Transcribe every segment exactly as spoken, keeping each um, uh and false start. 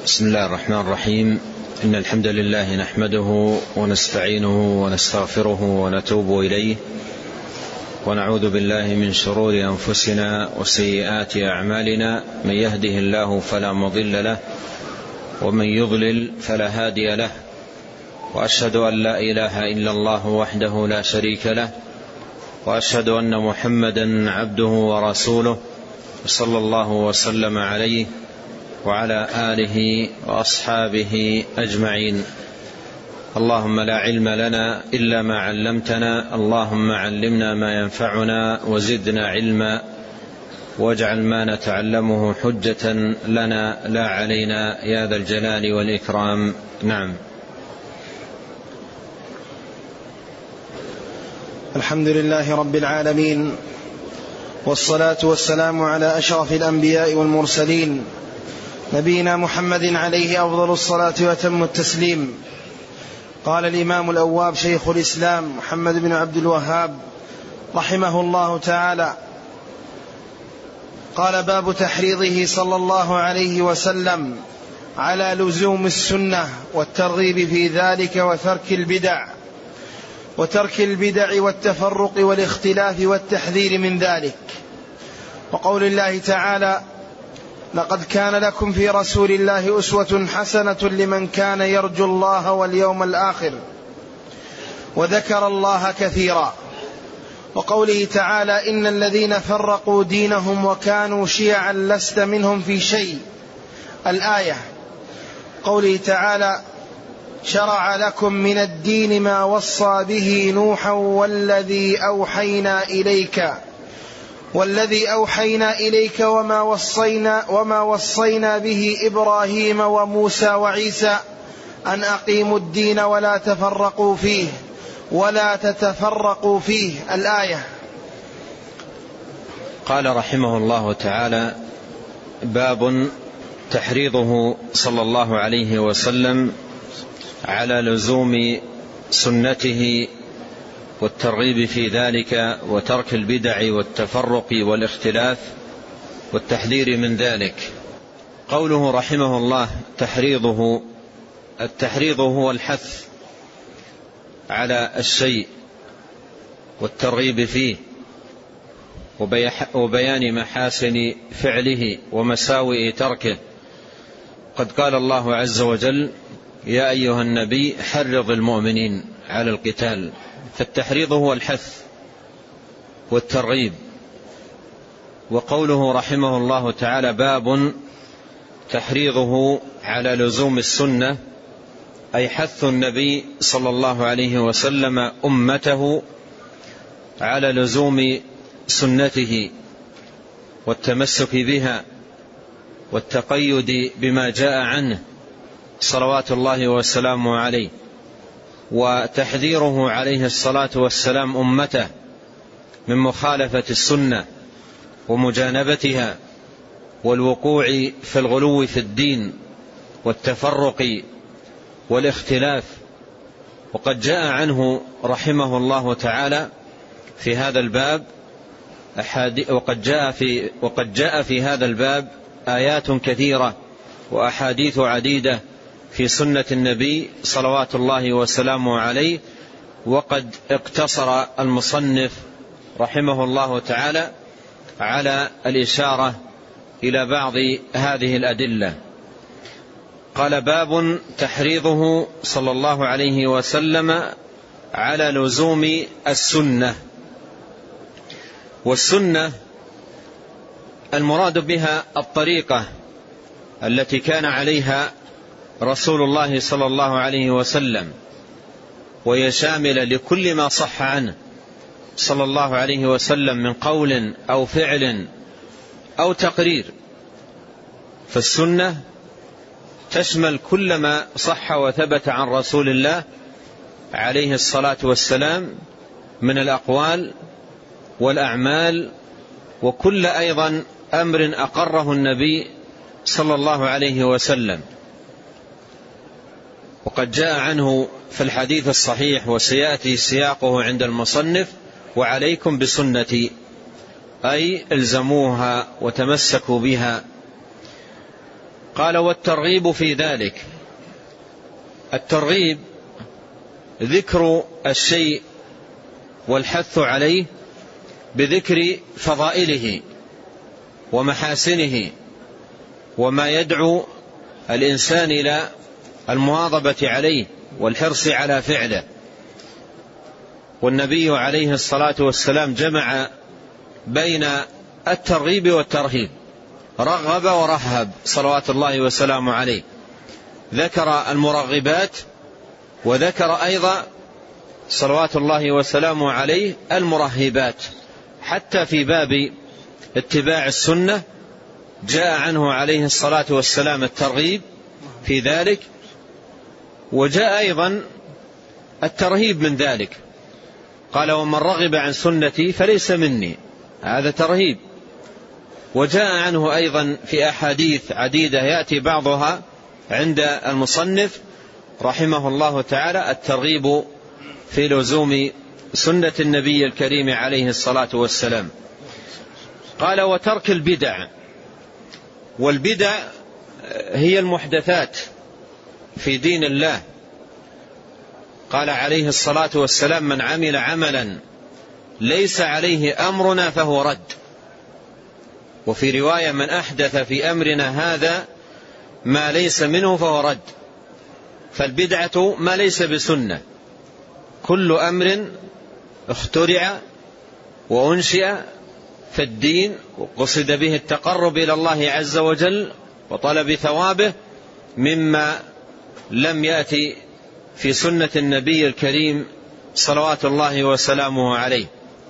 بسم الله الرحمن الرحيم. إن الحمد لله نحمده ونستعينه ونستغفره ونتوب إليه، ونعوذ بالله من شرور أنفسنا وسيئات أعمالنا. من يهده الله فلا مضل له، ومن يضلل فلا هادي له، وأشهد أن لا إله إلا الله وحده لا شريك له، وأشهد أن محمدا عبده ورسوله، صلى الله وسلم عليه وعلى آله وأصحابه أجمعين. اللهم لا علم لنا إلا ما علمتنا، اللهم علمنا ما ينفعنا وزدنا علما، واجعل ما نتعلمه حجة لنا لا علينا يا ذا الجلال والإكرام. نعم. الحمد لله رب العالمين، والصلاة والسلام على أشرف الأنبياء والمرسلين، نبينا محمد عليه أفضل الصلاة وأتم التسليم. قال الإمام الأواب شيخ الإسلام محمد بن عبد الوهاب رحمه الله تعالى: قال: باب تحريضه صلى الله عليه وسلم على لزوم السنة والترغيب في ذلك وترك البدع وترك البدع والتفرق والاختلاف والتحذير من ذلك. وقول الله تعالى: لقد كان لكم في رسول الله أسوة حسنة لمن كان يرجو الله واليوم الآخر وذكر الله كثيرا. وقوله تعالى: إن الذين فرقوا دينهم وكانوا شيعا لست منهم في شيء، الآية. قوله تعالى: شرع لكم من الدين ما وصى به نوحا والذي أوحينا إليك والذي أوحينا إليك وما وصينا, وما وصينا به إبراهيم وموسى وعيسى أن أقيموا الدين ولا تفرقوا فيه ولا تتفرقوا فيه، الآية. قال رحمه الله تعالى: باب تحريضه صلى الله عليه وسلم على لزوم سنته والترغيب في ذلك وترك البدع والتفرق والاختلاف والتحذير من ذلك. قوله رحمه الله تحريضه، التحريض هو الحث على الشيء والترغيب فيه وبيان محاسن فعله ومساوئ تركه. قد قال الله عز وجل: يا أيها النبي حرض المؤمنين على القتال. فالتحريض هو الحث والترغيب. وقوله رحمه الله تعالى: باب تحريضه على لزوم السنة، أي حث النبي صلى الله عليه وسلم أمته على لزوم سنته والتمسك بها والتقيد بما جاء عنه صلوات الله وسلامه عليه، وتحذيره عليه الصلاة والسلام أمته من مخالفة السنة ومجانبتها والوقوع في الغلو في الدين والتفرق والاختلاف. وقد جاء عنه رحمه الله تعالى في هذا الباب وقد جاء في وقد جاء في هذا الباب آيات كثيرة وأحاديث عديدة في سنة النبي صلوات الله وسلامه عليه. وقد اقتصر المصنف رحمه الله تعالى على الإشارة إلى بعض هذه الأدلة. قال: باب تحريضه صلى الله عليه وسلم على لزوم السنة. والسنة المراد بها الطريقة التي كان عليها رسول الله صلى الله عليه وسلم، وهي شاملة لكل ما صح عنه صلى الله عليه وسلم من قول أو فعل أو تقرير. فالسنة تشمل كل ما صح وثبت عن رسول الله عليه الصلاة والسلام من الأقوال والأعمال، وكل أيضا أمر أقره النبي صلى الله عليه وسلم. وقد جاء عنه في الحديث الصحيح وسيأتي سياقه عند المصنف: وعليكم بسنتي، أي الزموها وتمسكوا بها. قال والترغيب في ذلك. الترغيب ذكر الشيء والحث عليه بذكر فضائله ومحاسنه وما يدعو الإنسان إلى المواظبة عليه والحرص على فعله. والنبي عليه الصلاة والسلام جمع بين الترغيب والترهيب، رغب ورهب صلوات الله وسلامه عليه، ذكر المرغبات وذكر أيضا صلوات الله وسلامه عليه المرهبات. حتى في باب اتباع السنة جاء عنه عليه الصلاة والسلام الترغيب في ذلك، وجاء أيضا الترهيب من ذلك. قال ومن رغب عن سنتي فليس مني، هذا ترهيب. وجاء عنه أيضا في أحاديث عديدة يأتي بعضها عند المصنف رحمه الله تعالى الترغيب في لزوم سنة النبي الكريم عليه الصلاة والسلام. قال وترك البدع. والبدع هي المحدثات في دين الله. قال عليه الصلاة والسلام من عمل عملا ليس عليه أمرنا فهو رد. وفي رواية من أحدث في أمرنا هذا ما ليس منه فهو رد. فالبدعة ما ليس بسنة. كل أمر اخترع وأنشئ في الدين وقصد به التقرب إلى الله عز وجل وطلب ثوابه مما لم يأتي في سنة النبي الكريم صلوات الله وسلامه عليه.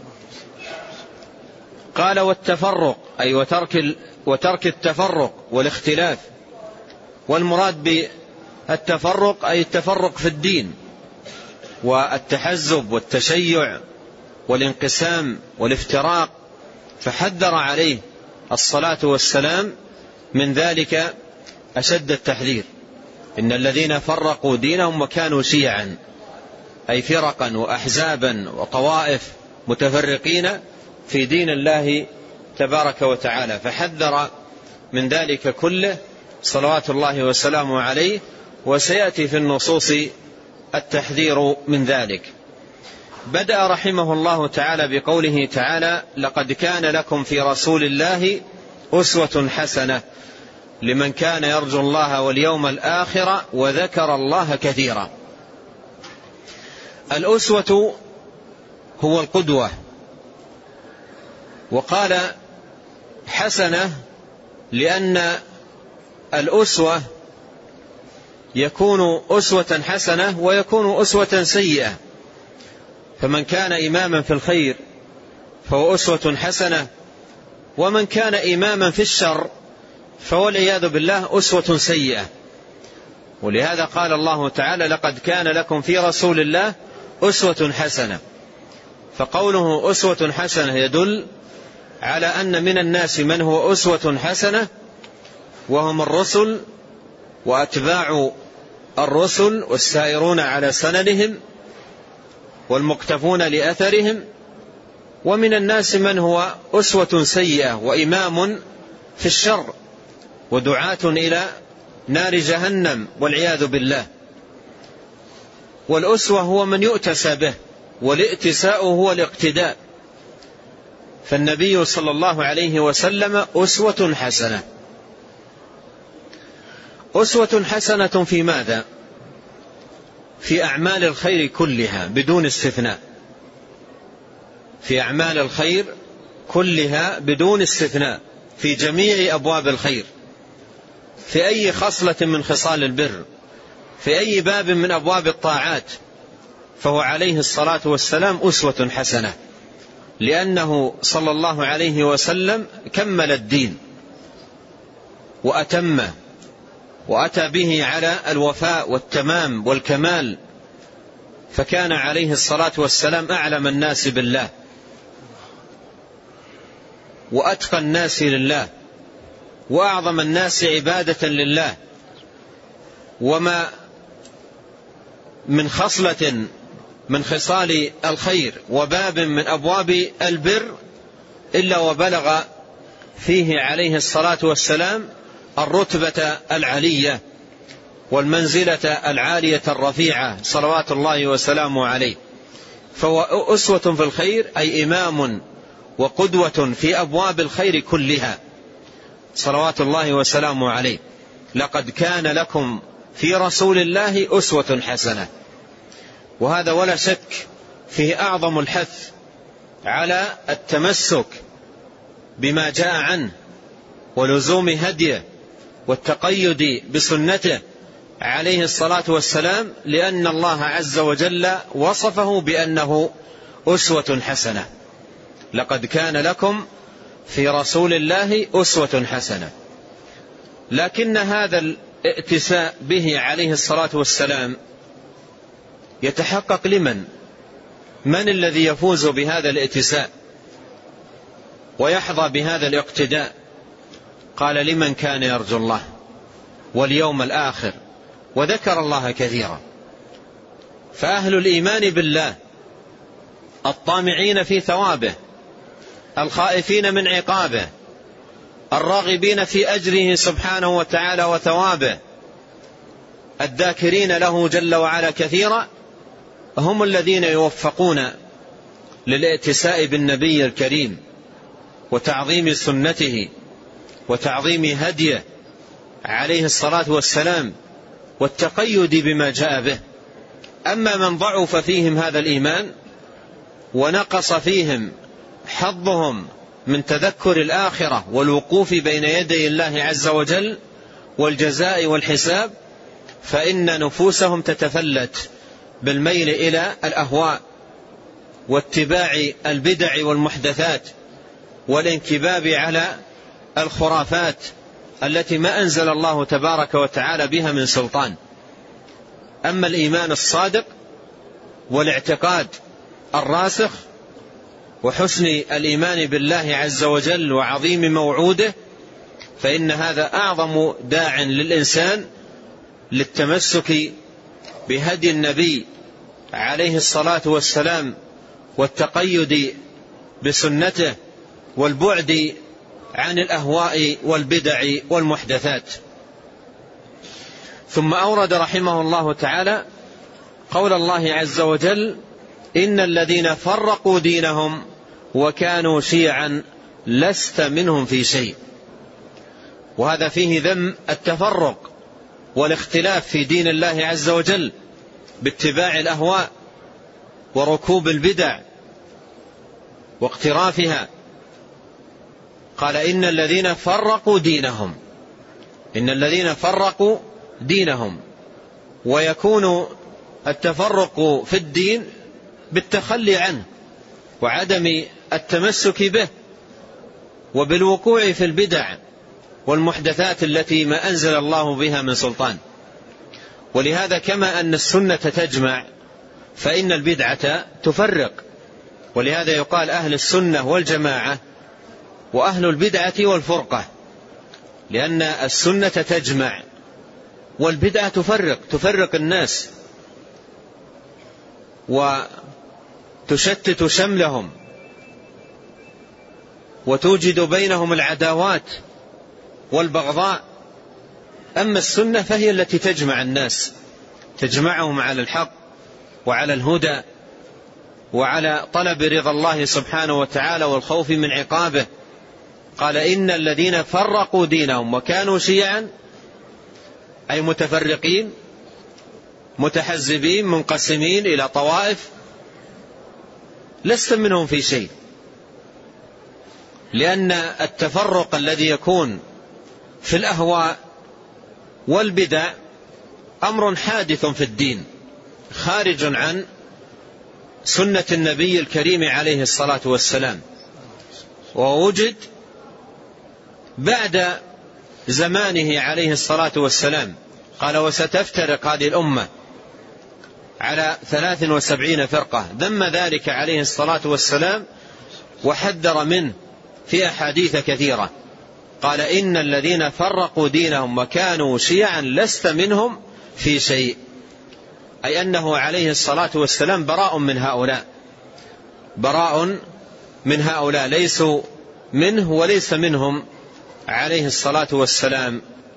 قال والتفرق أي وترك, وترك التفرق والاختلاف. والمراد بالتفرق أي التفرق في الدين والتحزب والتشيع والانقسام والافتراق، فحذر عليه الصلاة والسلام من ذلك أشد التحذير. إن الذين فرقوا دينهم وكانوا شيعا أي فرقا وأحزابا وطوائف متفرقين في دين الله تبارك وتعالى، فحذر من ذلك كله صلوات الله وسلامه عليه. وسيأتي في النصوص التحذير من ذلك. بدأ رحمه الله تعالى بقوله تعالى لقد كان لكم في رسول الله أسوة حسنة لمن كان يرجو الله واليوم الآخر وذكر الله كثيرا. الأسوة هو القدوة. وقال حسنة لأن الأسوة يكون أسوة حسنة ويكون أسوة سيئة. فمن كان إماما في الخير فهو أسوة حسنة، ومن كان إماما في الشر فهو والعياذ بالله أسوة سيئة. ولهذا قال الله تعالى لقد كان لكم في رسول الله أسوة حسنة. فقوله أسوة حسنة يدل على أن من الناس من هو أسوة حسنة وهم الرسل وأتباع الرسل والسائرون على سننهم والمقتفون لأثرهم، ومن الناس من هو أسوة سيئة وإمام في الشر ودعاة إلى نار جهنم والعياذ بالله. والأسوة هو من يؤتسى به، والائتساء هو الاقتداء. فالنبي صلى الله عليه وسلم أسوة حسنة. أسوة حسنة في ماذا؟ في أعمال الخير كلها بدون استثناء. في أعمال الخير كلها بدون استثناء، في جميع أبواب الخير، في أي خصلة من خصال البر، في أي باب من أبواب الطاعات، فهو عليه الصلاة والسلام أسوة حسنة، لأنه صلى الله عليه وسلم كمل الدين وأتمه وأتى به على الوفاء والتمام والكمال. فكان عليه الصلاة والسلام أعلم الناس بالله وأتقى الناس لله وأعظم الناس عبادة لله. وما من خصلة من خصال الخير وباب من أبواب البر إلا وبلغ فيه عليه الصلاة والسلام الرتبة العلية والمنزلة العالية الرفيعة صلوات الله وسلامه عليه، فهو أسوة في الخير، أي إمام وقدوة في أبواب الخير كلها صلوات الله وسلامه عليه. لقد كان لكم في رسول الله أسوة حسنة، وهذا ولا شك فيه أعظم الحث على التمسك بما جاء عنه ولزوم هديه والتقيد بسنته عليه الصلاة والسلام، لأن الله عز وجل وصفه بأنه أسوة حسنة. لقد كان لكم في رسول الله أسوة حسنة. لكن هذا الائتساء به عليه الصلاة والسلام يتحقق لمن؟ من الذي يفوز بهذا الائتساء ويحظى بهذا الاقتداء؟ قال: لمن كان يرجو الله واليوم الآخر وذكر الله كثيرا. فأهل الإيمان بالله الطامعين في ثوابه الخائفين من عقابه الراغبين في أجره سبحانه وتعالى وثوابه الذاكرين له جل وعلا كثيرا، هم الذين يوفقون للائتساء بالنبي الكريم وتعظيم سنته وتعظيم هديه عليه الصلاة والسلام والتقيد بما جاء به. أما من ضعف فيهم هذا الإيمان ونقص فيهم حظهم من تذكر الآخرة والوقوف بين يدي الله عز وجل والجزاء والحساب، فإن نفوسهم تتفلت بالميل إلى الأهواء واتباع البدع والمحدثات والانكباب على الخرافات التي ما أنزل الله تبارك وتعالى بها من سلطان. أما الإيمان الصادق والاعتقاد الراسخ وحسن الإيمان بالله عز وجل وعظيم موعوده، فإن هذا أعظم داع للإنسان للتمسك بهدي النبي عليه الصلاة والسلام والتقيد بسنته والبعد عن الأهواء والبدع والمحدثات. ثم أورد رحمه الله تعالى قول الله عز وجل: إن الذين فرقوا دينهم وكانوا شيعا لست منهم في شيء. وهذا فيه ذم التفرق والاختلاف في دين الله عز وجل باتباع الأهواء وركوب البدع واقترافها. قال: إن الذين فرقوا دينهم، إن الذين فرقوا دينهم. ويكون التفرق في الدين بالتخلي عنه وعدم التمسك به وبالوقوع في البدع والمحدثات التي ما أنزل الله بها من سلطان. ولهذا كما أن السنة تجمع فإن البدعة تفرق، ولهذا يقال أهل السنة والجماعة وأهل البدعة والفرقة، لأن السنة تجمع والبدعة تفرق تفرق الناس وتشتت شملهم وتوجد بينهم العداوات والبغضاء. أما السنة فهي التي تجمع الناس، تجمعهم على الحق وعلى الهدى وعلى طلب رضا الله سبحانه وتعالى والخوف من عقابه. قال: إن الذين فرقوا دينهم وكانوا شيعا، أي متفرقين متحزبين منقسمين إلى طوائف، لست منهم في شيء. لأن التفرق الذي يكون في الأهواء والبدع أمر حادث في الدين خارج عن سنة النبي الكريم عليه الصلاة والسلام، ووجد بعد زمانه عليه الصلاة والسلام. قال: وستفترق هذه الأمة على ثلاث وسبعين فرقة. ذم ذلك عليه الصلاة والسلام وحذر منه في أحاديث كثيرة. قال: إن الذين فرقوا دينهم وكانوا شيعا لست منهم في شيء، أي أنه عليه الصلاة والسلام براء من هؤلاء، براء من هؤلاء، ليسوا منه وليس منهم عليه الصلاة والسلام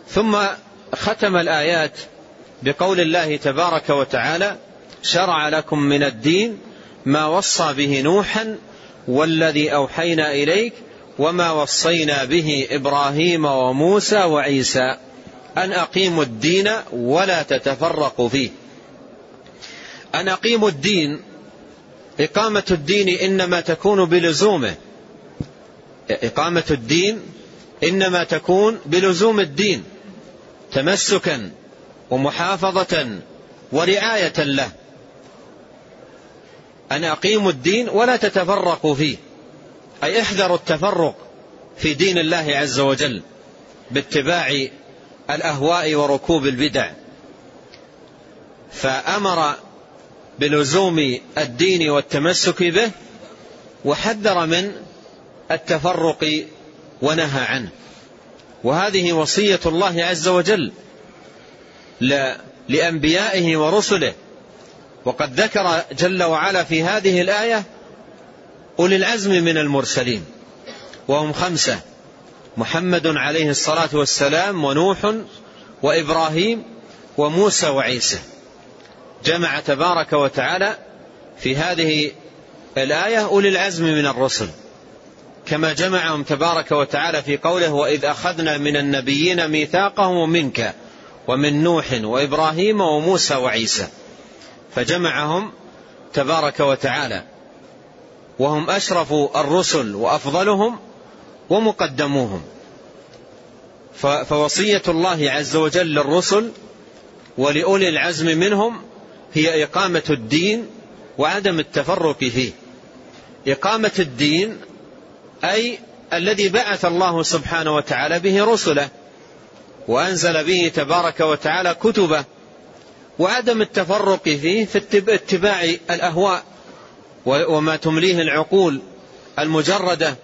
ثم ختم الآيات بقول الله تبارك وتعالى: شرع لكم من الدين ما وصى به نوحا والذي أوحينا إليك وما وصينا به إبراهيم وموسى وعيسى أن أقيموا الدين ولا تتفرقوا فيه. أن أقيموا الدين، إقامة الدين إنما تكون بلزومه، إقامة الدين إنما تكون بلزوم الدين، تمسكا ومحافظة ورعاية له. أن أقيموا الدين ولا تتفرقوا فيه، أي احذروا التفرق في دين الله عز وجل باتباع الأهواء وركوب البدع. فأمر بلزوم الدين والتمسك به، وحذر من التفرق ونهى عنه. وهذه وصية الله عز وجل لأنبيائه ورسله. وقد ذكر جل وعلا في هذه الآية أولي العزم من المرسلين، وهم خمسة: محمد عليه الصلاة والسلام، ونوح، وإبراهيم، وموسى، وعيسى. جمع تبارك وتعالى في هذه الآية أولي العزم من الرسل، كما جمعهم تبارك وتعالى في قوله: وإذ أخذنا من النبيين ميثاقهم ومنك ومن نوح وإبراهيم وموسى وعيسى. فجمعهم تبارك وتعالى، وهم أشرف الرسل وأفضلهم ومقدموهم. فوصية الله عز وجل للرسل ولأولي العزم منهم هي إقامة الدين وعدم التفرق فيه. إقامة الدين أي الذي بعث الله سبحانه وتعالى به رسله وأنزل به تبارك وتعالى كتبه، وعدم التفرق فيه في اتباع الأهواء وما تمليه العقول المجردة،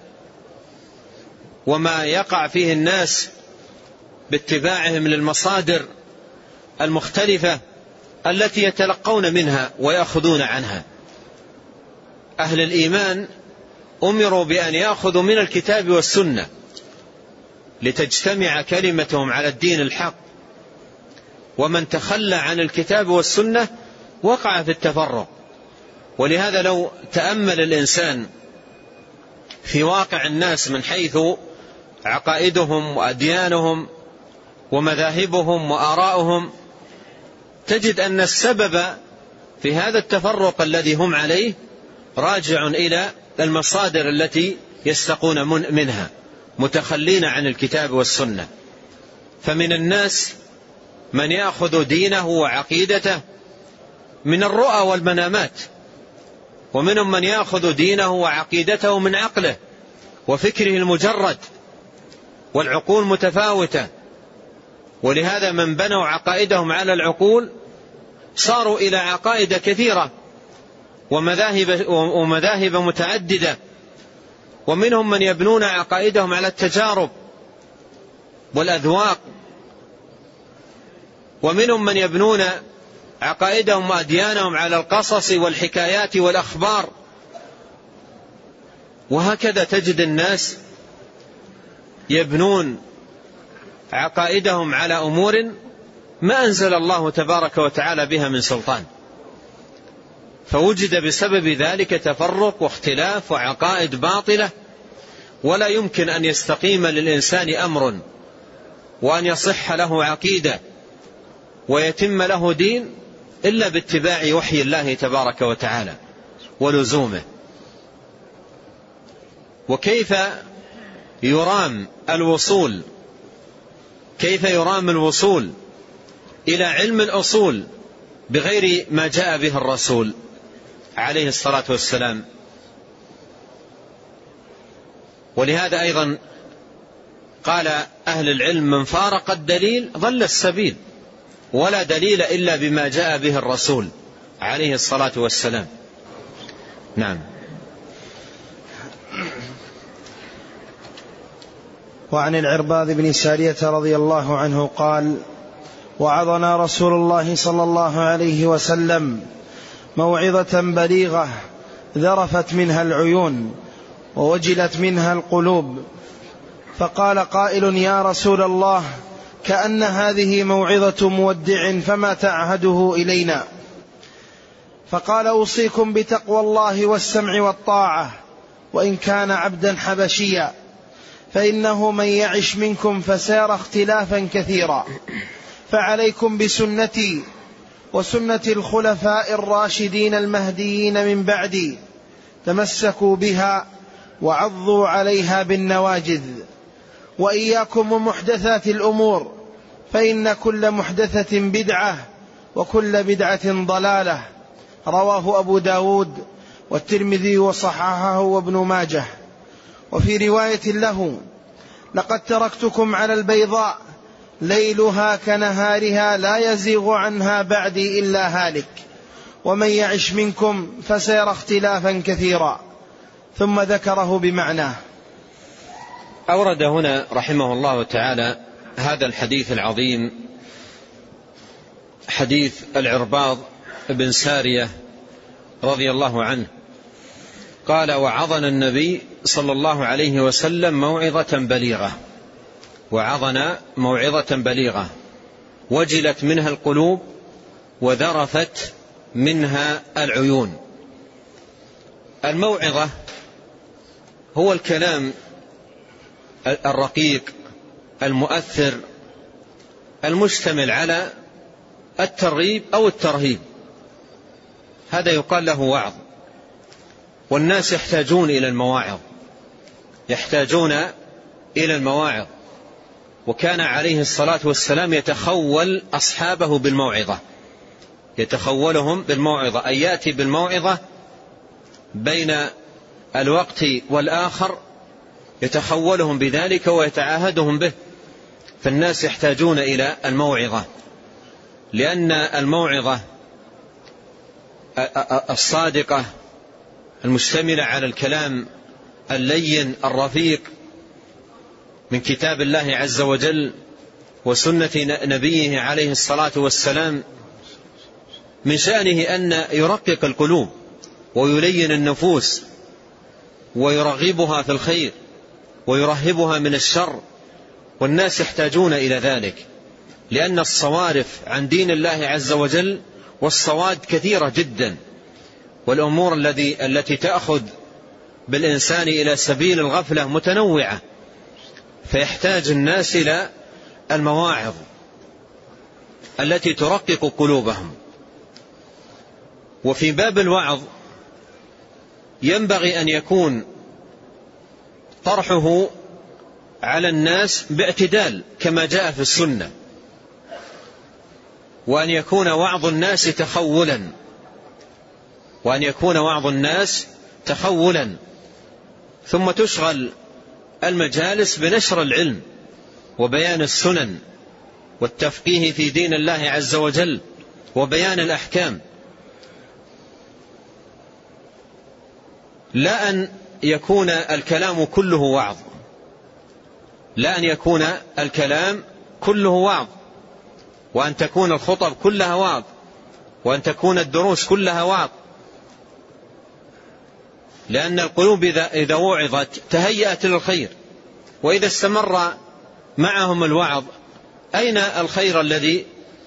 وما يقع فيه الناس باتباعهم للمصادر المختلفة التي يتلقون منها ويأخذون عنها. أهل الإيمان أمروا بأن يأخذوا من الكتاب والسنة لتجتمع كلمتهم على الدين الحق، ومن تخلى عن الكتاب والسنة وقع في التفرق. ولهذا لو تأمل الإنسان في واقع الناس من حيث عقائدهم وأديانهم ومذاهبهم وآراؤهم، تجد أن السبب في هذا التفرق الذي هم عليه راجع إلى المصادر التي يستقون منها، متخلين عن الكتاب والسنة. فمن الناس من يأخذ دينه وعقيدته من الرؤى والمنامات، ومنهم من يأخذ دينه وعقيدته من عقله وفكره المجرد، والعقول متفاوتة. ولهذا من بنوا عقائدهم على العقول صاروا إلى عقائد كثيرة ومذاهب, ومذاهب متعددة. ومنهم من يبنون عقائدهم على التجارب والأذواق، ومنهم من يبنون عقائدهم وأديانهم على القصص والحكايات والأخبار. وهكذا تجد الناس يبنون عقائدهم على أمور ما أنزل الله تبارك وتعالى بها من سلطان، فوجد بسبب ذلك تفرق واختلاف وعقائد باطلة. ولا يمكن أن يستقيم للإنسان أمر وأن يصح له عقيدة ويتم له دين إلا باتباع وحي الله تبارك وتعالى ولزومه. وكيف يرام الوصول كيف يرام الوصول إلى علم الأصول بغير ما جاء به الرسول عليه الصلاة والسلام؟ ولهذا أيضا قال أهل العلم: من فارق الدليل ضل السبيل، ولا دليل إلا بما جاء به الرسول عليه الصلاة والسلام. نعم. وعن العرباض بن سارية رضي الله عنه قال: وعظنا رسول الله صلى الله عليه وسلم موعظة بليغة ذرفت منها العيون ووجلت منها القلوب، فقال قائل: يا رسول الله، كأن هذه موعظة مودع فما تعهده إلينا. فقال: أوصيكم بتقوى الله والسمع والطاعة وإن كان عبدا حبشيا، فإنه من يعش منكم فسيرى اختلافا كثيرا، فعليكم بسنتي وسنة الخلفاء الراشدين المهديين من بعدي، تمسكوا بها وعضوا عليها بالنواجذ، وإياكم ومحدثات الأمور، فإن كل محدثة بدعة وكل بدعة ضلالة. رواه أبو داود والترمذي وصححه وابن ماجه. وفي رواية له: لقد تركتكم على البيضاء ليلها كنهارها لا يزيغ عنها بعدي إلا هالك، ومن يعش منكم فسيرى اختلافا كثيرا. ثم ذكره بمعناه. أورد هنا رحمه الله تعالى هذا الحديث العظيم، حديث العرباض بن سارية رضي الله عنه قال: وعظنا النبي صلى الله عليه وسلم موعظة بليغة، وعظنا موعظة بليغة وجلت منها القلوب وذرفت منها العيون. الموعظة هو الكلام الرقيق المؤثر المشتمل على الترغيب أو الترهيب، هذا يقال له وعظ. والناس يحتاجون إلى المواعظ، يحتاجون إلى المواعظ. وكان عليه الصلاة والسلام يتخول أصحابه بالموعظة، يتخولهم بالموعظة، أي يأتي بالموعظة بين الوقت والآخر، يتخولهم بذلك ويتعاهدهم به. فالناس يحتاجون إلى الموعظة، لأن الموعظة الصادقة المشتملة على الكلام اللين الرفيق من كتاب الله عز وجل وسنة نبيه عليه الصلاة والسلام، من شأنه أن يرقق القلوب ويلين النفوس ويرغبها في الخير ويرهبها من الشر. والناس يحتاجون إلى ذلك، لأن الصوارف عن دين الله عز وجل والصواد كثيرة جدا، والأمور التي التي تأخذ بالإنسان إلى سبيل الغفلة متنوعة، فيحتاج الناس إلى المواعظ التي ترقق قلوبهم. وفي باب الوعظ ينبغي أن يكون طرحه على الناس باعتدال كما جاء في السنة، وأن يكون وعظ الناس تخولا، وأن يكون وعظ الناس تخولا ثم تشغل المجالس بنشر العلم وبيان السنن والتفقيه في دين الله عز وجل وبيان الأحكام، لا أن يكون الكلام كله وعظ، لا أن يكون الكلام كله وعظ، وأن تكون الخطب كلها وعظ، وأن تكون الدروس كلها وعظ. لأن القلوب إذا وعظت تهيأت للخير، وإذا استمر معهم الوعظ أين الخير الذي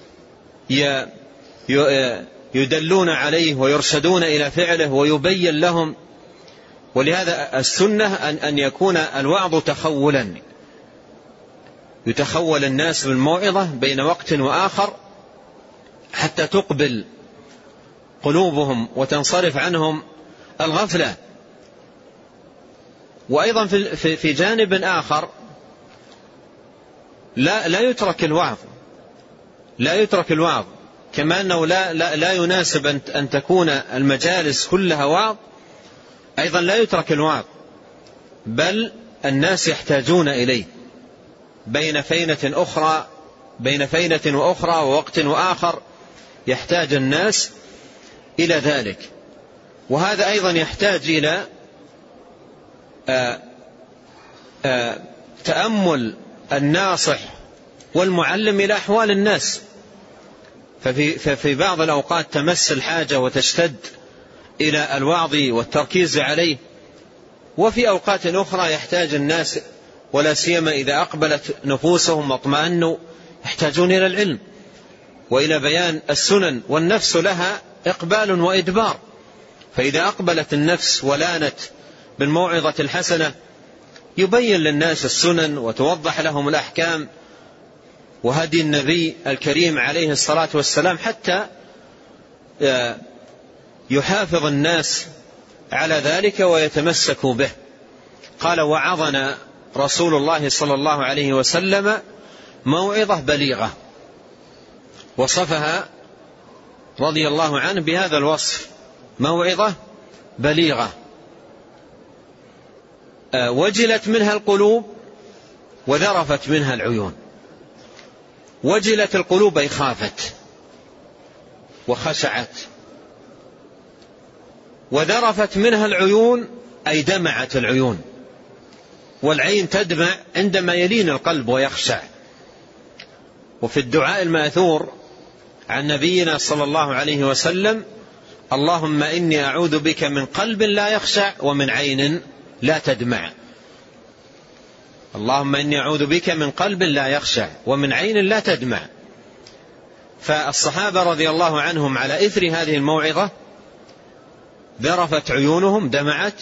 يدلون عليه ويرشدون إلى فعله ويبين لهم؟ ولهذا السنة أن يكون الوعظ تخولا، يتخول الناس بالموعظة بين وقت وآخر حتى تقبل قلوبهم وتنصرف عنهم الغفلة. وأيضا في جانب آخر لا لا يترك الوعظ، لا يترك الوعظ كما أنه لا لا, لا يناسب أن أن تكون المجالس كلها وعظ، أيضا لا يترك الوعظ، بل الناس يحتاجون إليه بين فينة أخرى بين فينة وأخرى ووقت وآخر، يحتاج الناس إلى ذلك. وهذا أيضا يحتاج إلى آآ آآ تأمل الناصح والمعلم إلى أحوال الناس، ففي, ففي بعض الأوقات تمس الحاجة وتشتد إلى الوعظ والتركيز عليه، وفي أوقات أخرى يحتاج الناس ولا سيما إذا أقبلت نفوسهم واطمأنوا يحتاجون إلى العلم وإلى بيان السنن، والنفس لها إقبال وإدبار، فإذا أقبلت النفس ولانت بالموعظة الحسنة يبين للناس السنن وتوضح لهم الأحكام وهدي النبي الكريم عليه الصلاة والسلام، حتى يحافظ الناس على ذلك ويتمسكوا به. قال: وعظنا رسول الله صلى الله عليه وسلم موعظة بليغة، وصفها رضي الله عنه بهذا الوصف: موعظة بليغة وجلت منها القلوب وذرفت منها العيون. وجلت القلوب أي خافت وخشعت، وذرفت منها العيون أي دمعت العيون، والعين تدمع عندما يلين القلب ويخشع. وفي الدعاء المأثور عن نبينا صلى الله عليه وسلم: اللهم إني أعوذ بك من قلب لا يخشع ومن عين لا تدمع. اللهم إني أعوذ بك من قلب لا يخشع ومن عين لا تدمع. فالصحابة رضي الله عنهم على إثر هذه الموعظة ذرفت عيونهم، دمعت،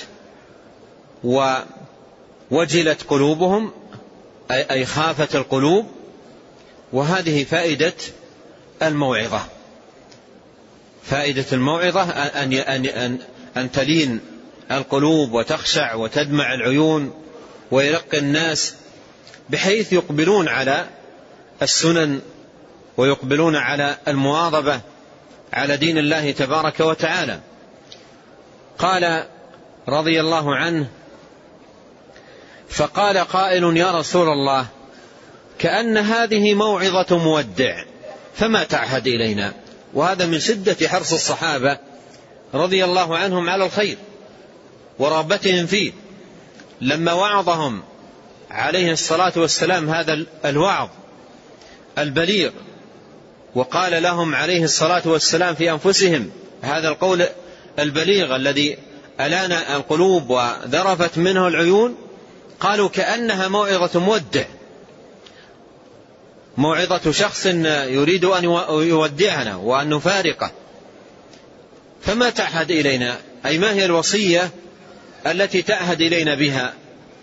ووجلت قلوبهم أي خافت القلوب. وهذه فائدة الموعظة. فائدة الموعظة أن أن أن تلين القلوب وتخشع وتدمع العيون ويرق الناس بحيث يقبلون على السنن ويقبلون على المواظبة على دين الله تبارك وتعالى. قال رضي الله عنه: فقال قائل: يا رسول الله، كأن هذه موعظة مودع، فما تعهد إلينا؟ وهذا من شدة حرص الصحابة رضي الله عنهم على الخير ورغبتهم فيه. لما وعظهم عليه الصلاة والسلام هذا الوعظ البليغ، وقال لهم عليه الصلاة والسلام في أنفسهم هذا القول البليغ الذي ألان القلوب وذرفت منه العيون، قالوا: كأنها موعظة مودع، موعظة شخص يريد أن يودعنا وأن نفارقه. فما تعهد إلينا؟ أي ما هي الوصية التي تعهد إلينا بها؟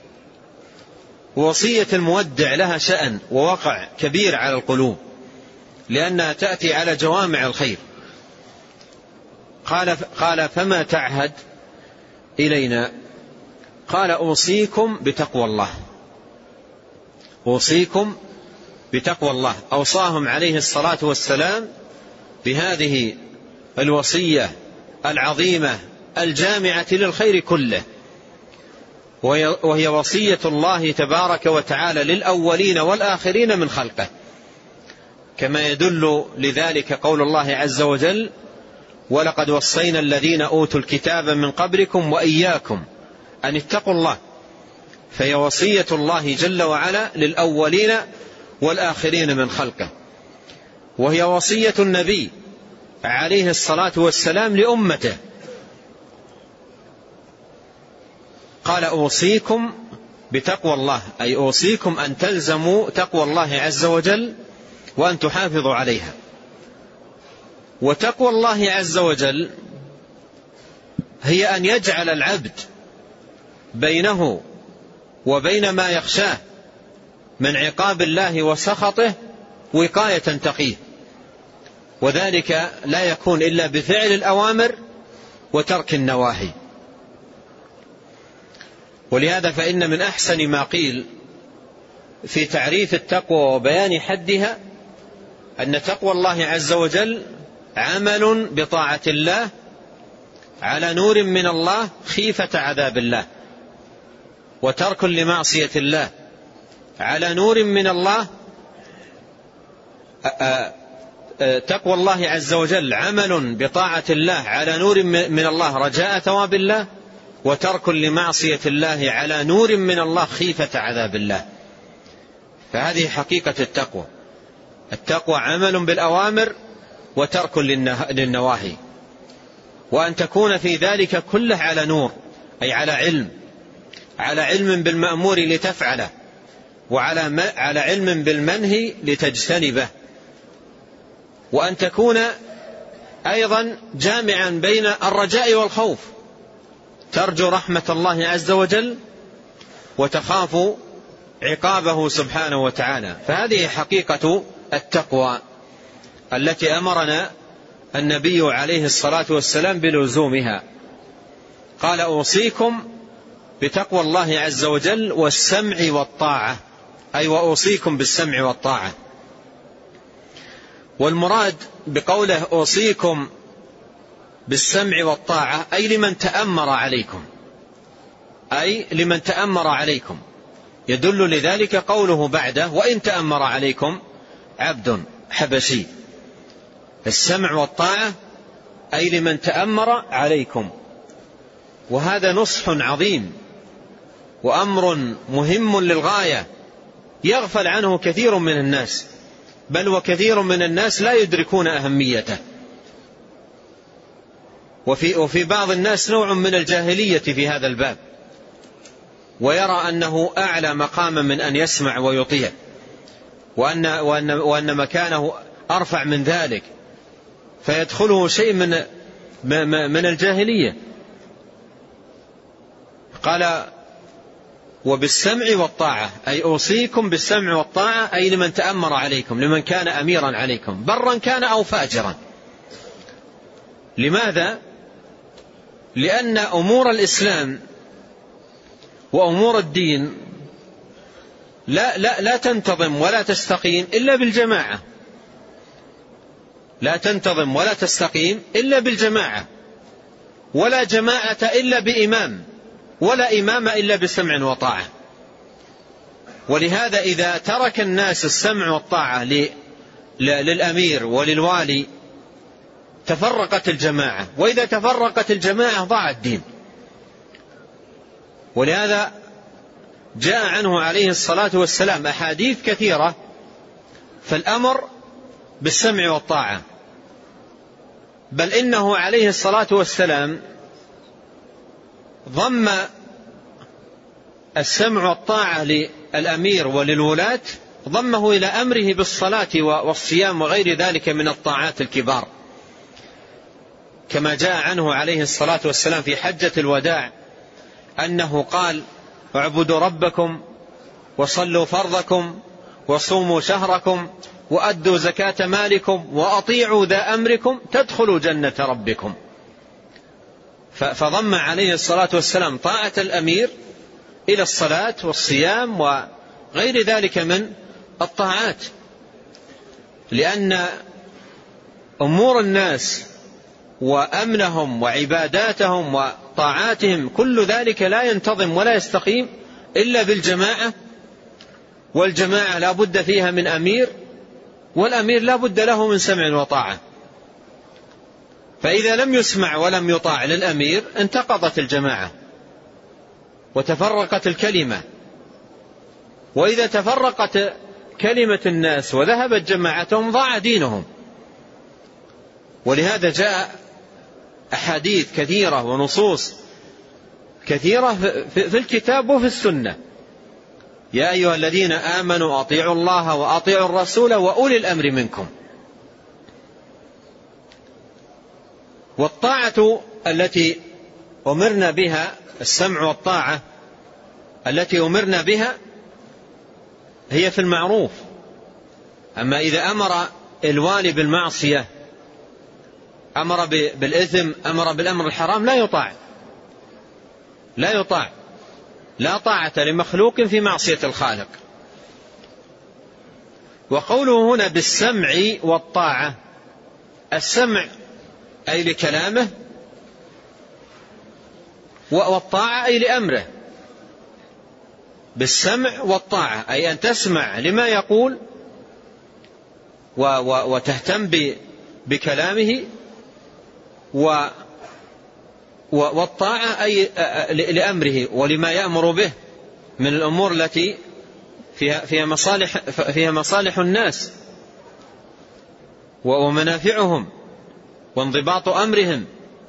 وصية المودع لها شأن ووقع كبير على القلوب، لأنها تأتي على جوامع الخير. قال قال فما تعهد إلينا؟ قال: أوصيكم بتقوى الله. أوصيكم بتقوى الله. أوصاهم عليه الصلاة والسلام بهذه الوصية العظيمة الجامعة للخير كله، وهي وصية الله تبارك وتعالى للأولين والآخرين من خلقه، كما يدل لذلك قول الله عز وجل: ولقد وصينا الذين أوتوا الكتاب من قبلكم وإياكم أن اتقوا الله. فهي وصية الله جل وعلا للأولين والآخرين من خلقه، وهي وصية النبي عليه الصلاة والسلام لأمته. قال: أوصيكم بتقوى الله، أي أوصيكم أن تلزموا تقوى الله عز وجل وأن تحافظوا عليها. وتقوى الله عز وجل هي أن يجعل العبد بينه وبين ما يخشاه من عقاب الله وسخطه وقاية تقيه، وذلك لا يكون إلا بفعل الأوامر وترك النواهي. ولهذا فإن من أحسن ما قيل في تعريف التقوى وبيان حدها أن تقوى الله عز وجل عمل بطاعة الله على نور من الله خيفة عذاب الله، وترك لمعصية الله على نور من الله. تقوى الله عز وجل عمل بطاعة الله على نور من الله رجاء ثواب الله، وترك لمعصية الله على نور من الله خيفة عذاب الله. فهذه حقيقة التقوى. التقوى عمل بالأوامر وترك للنواهي، وأن تكون في ذلك كله على نور، أي على علم، على علم بالمأمور لتفعله، وعلى على علم بالمنهي لتجتنبه، وأن تكون أيضا جامعا بين الرجاء والخوف، ترجو رحمة الله عز وجل وتخاف عقابه سبحانه وتعالى. فهذه حقيقة التقوى التي أمرنا النبي عليه الصلاة والسلام بلزومها. قال: أوصيكم بتقوى الله عز وجل والسمع والطاعة، أي وأوصيكم بالسمع والطاعة. والمراد بقوله أوصيكم بالسمع والطاعة أي لمن تأمر عليكم، أي لمن تأمر عليكم. يدل لذلك قوله بعده: وإن تأمر عليكم عبد حبشي. السمع والطاعة أي لمن تأمر عليكم. وهذا نصح عظيم وأمر مهم للغاية يغفل عنه كثير من الناس، بل وكثير من الناس لا يدركون أهميته. وفي, وفي بعض الناس نوع من الجاهلية في هذا الباب، ويرى أنه أعلى مقاما من أن يسمع ويطيع، وأن, وأن, وأن مكانه أرفع من ذلك، فيدخله شيء من, من الجاهلية. قال: وبالسمع والطاعة، أي أوصيكم بالسمع والطاعة، أي لمن تأمر عليكم، لمن كان أميرا عليكم برا كان أو فاجرا. لماذا؟ لأن أمور الإسلام وأمور الدين لا, لا, لا تنتظم ولا تستقيم إلا بالجماعة، لا تنتظم ولا تستقيم إلا بالجماعة، ولا جماعة إلا بإمام، ولا إمام إلا بسمع وطاعة. ولهذا إذا ترك الناس السمع والطاعة للأمير وللوالي تفرقت الجماعة، وإذا تفرقت الجماعة ضاع الدين. ولهذا جاء عنه عليه الصلاة والسلام أحاديث كثيرة فالأمر بالسمع والطاعة، بل إنه عليه الصلاة والسلام ضم السمع والطاعة للأمير وللولاة، ضمه إلى أمره بالصلاة والصيام وغير ذلك من الطاعات الكبار، كما جاء عنه عليه الصلاة والسلام في حجة الوداع أنه قال: اعبدوا ربكم وصلوا فرضكم وصوموا شهركم وأدوا زكاة مالكم وأطيعوا ذا أمركم تدخلوا جنة ربكم. فضم عليه الصلاة والسلام طاعة الأمير إلى الصلاة والصيام وغير ذلك من الطاعات، لأن أمور الناس وأمنهم وعباداتهم وطاعاتهم كل ذلك لا ينتظم ولا يستقيم إلا بالجماعة، والجماعة لا بد فيها من أمير، والأمير لا بد له من سمع وطاعة. فإذا لم يسمع ولم يطاع للأمير انتقضت الجماعة وتفرقت الكلمة، وإذا تفرقت كلمة الناس وذهبت جماعتهم ضاع دينهم. ولهذا جاء أحاديث كثيرة ونصوص كثيرة في الكتاب وفي السنة: يا أيها الذين آمنوا أطيعوا الله وأطيعوا الرسول وأولي الأمر منكم. والطاعة التي أمرنا بها، السمع والطاعة التي أمرنا بها هي في المعروف. أما إذا أمر الوالي بالمعصية، أمر بالإثم، أمر بالأمر الحرام، لا يطاع، لا يطاع، لا طاعة لمخلوق في معصية الخالق. وقوله هنا بالسمع والطاعة، السمع أي لكلامه، والطاعة أي لأمره. بالسمع والطاعة أي أن تسمع لما يقول وتهتم بكلامه، والطاعة أي لأمره ولما يأمر به من الأمور التي فيها, فيها, مصالح, فيها مصالح الناس ومنافعهم وانضباط أمرهم.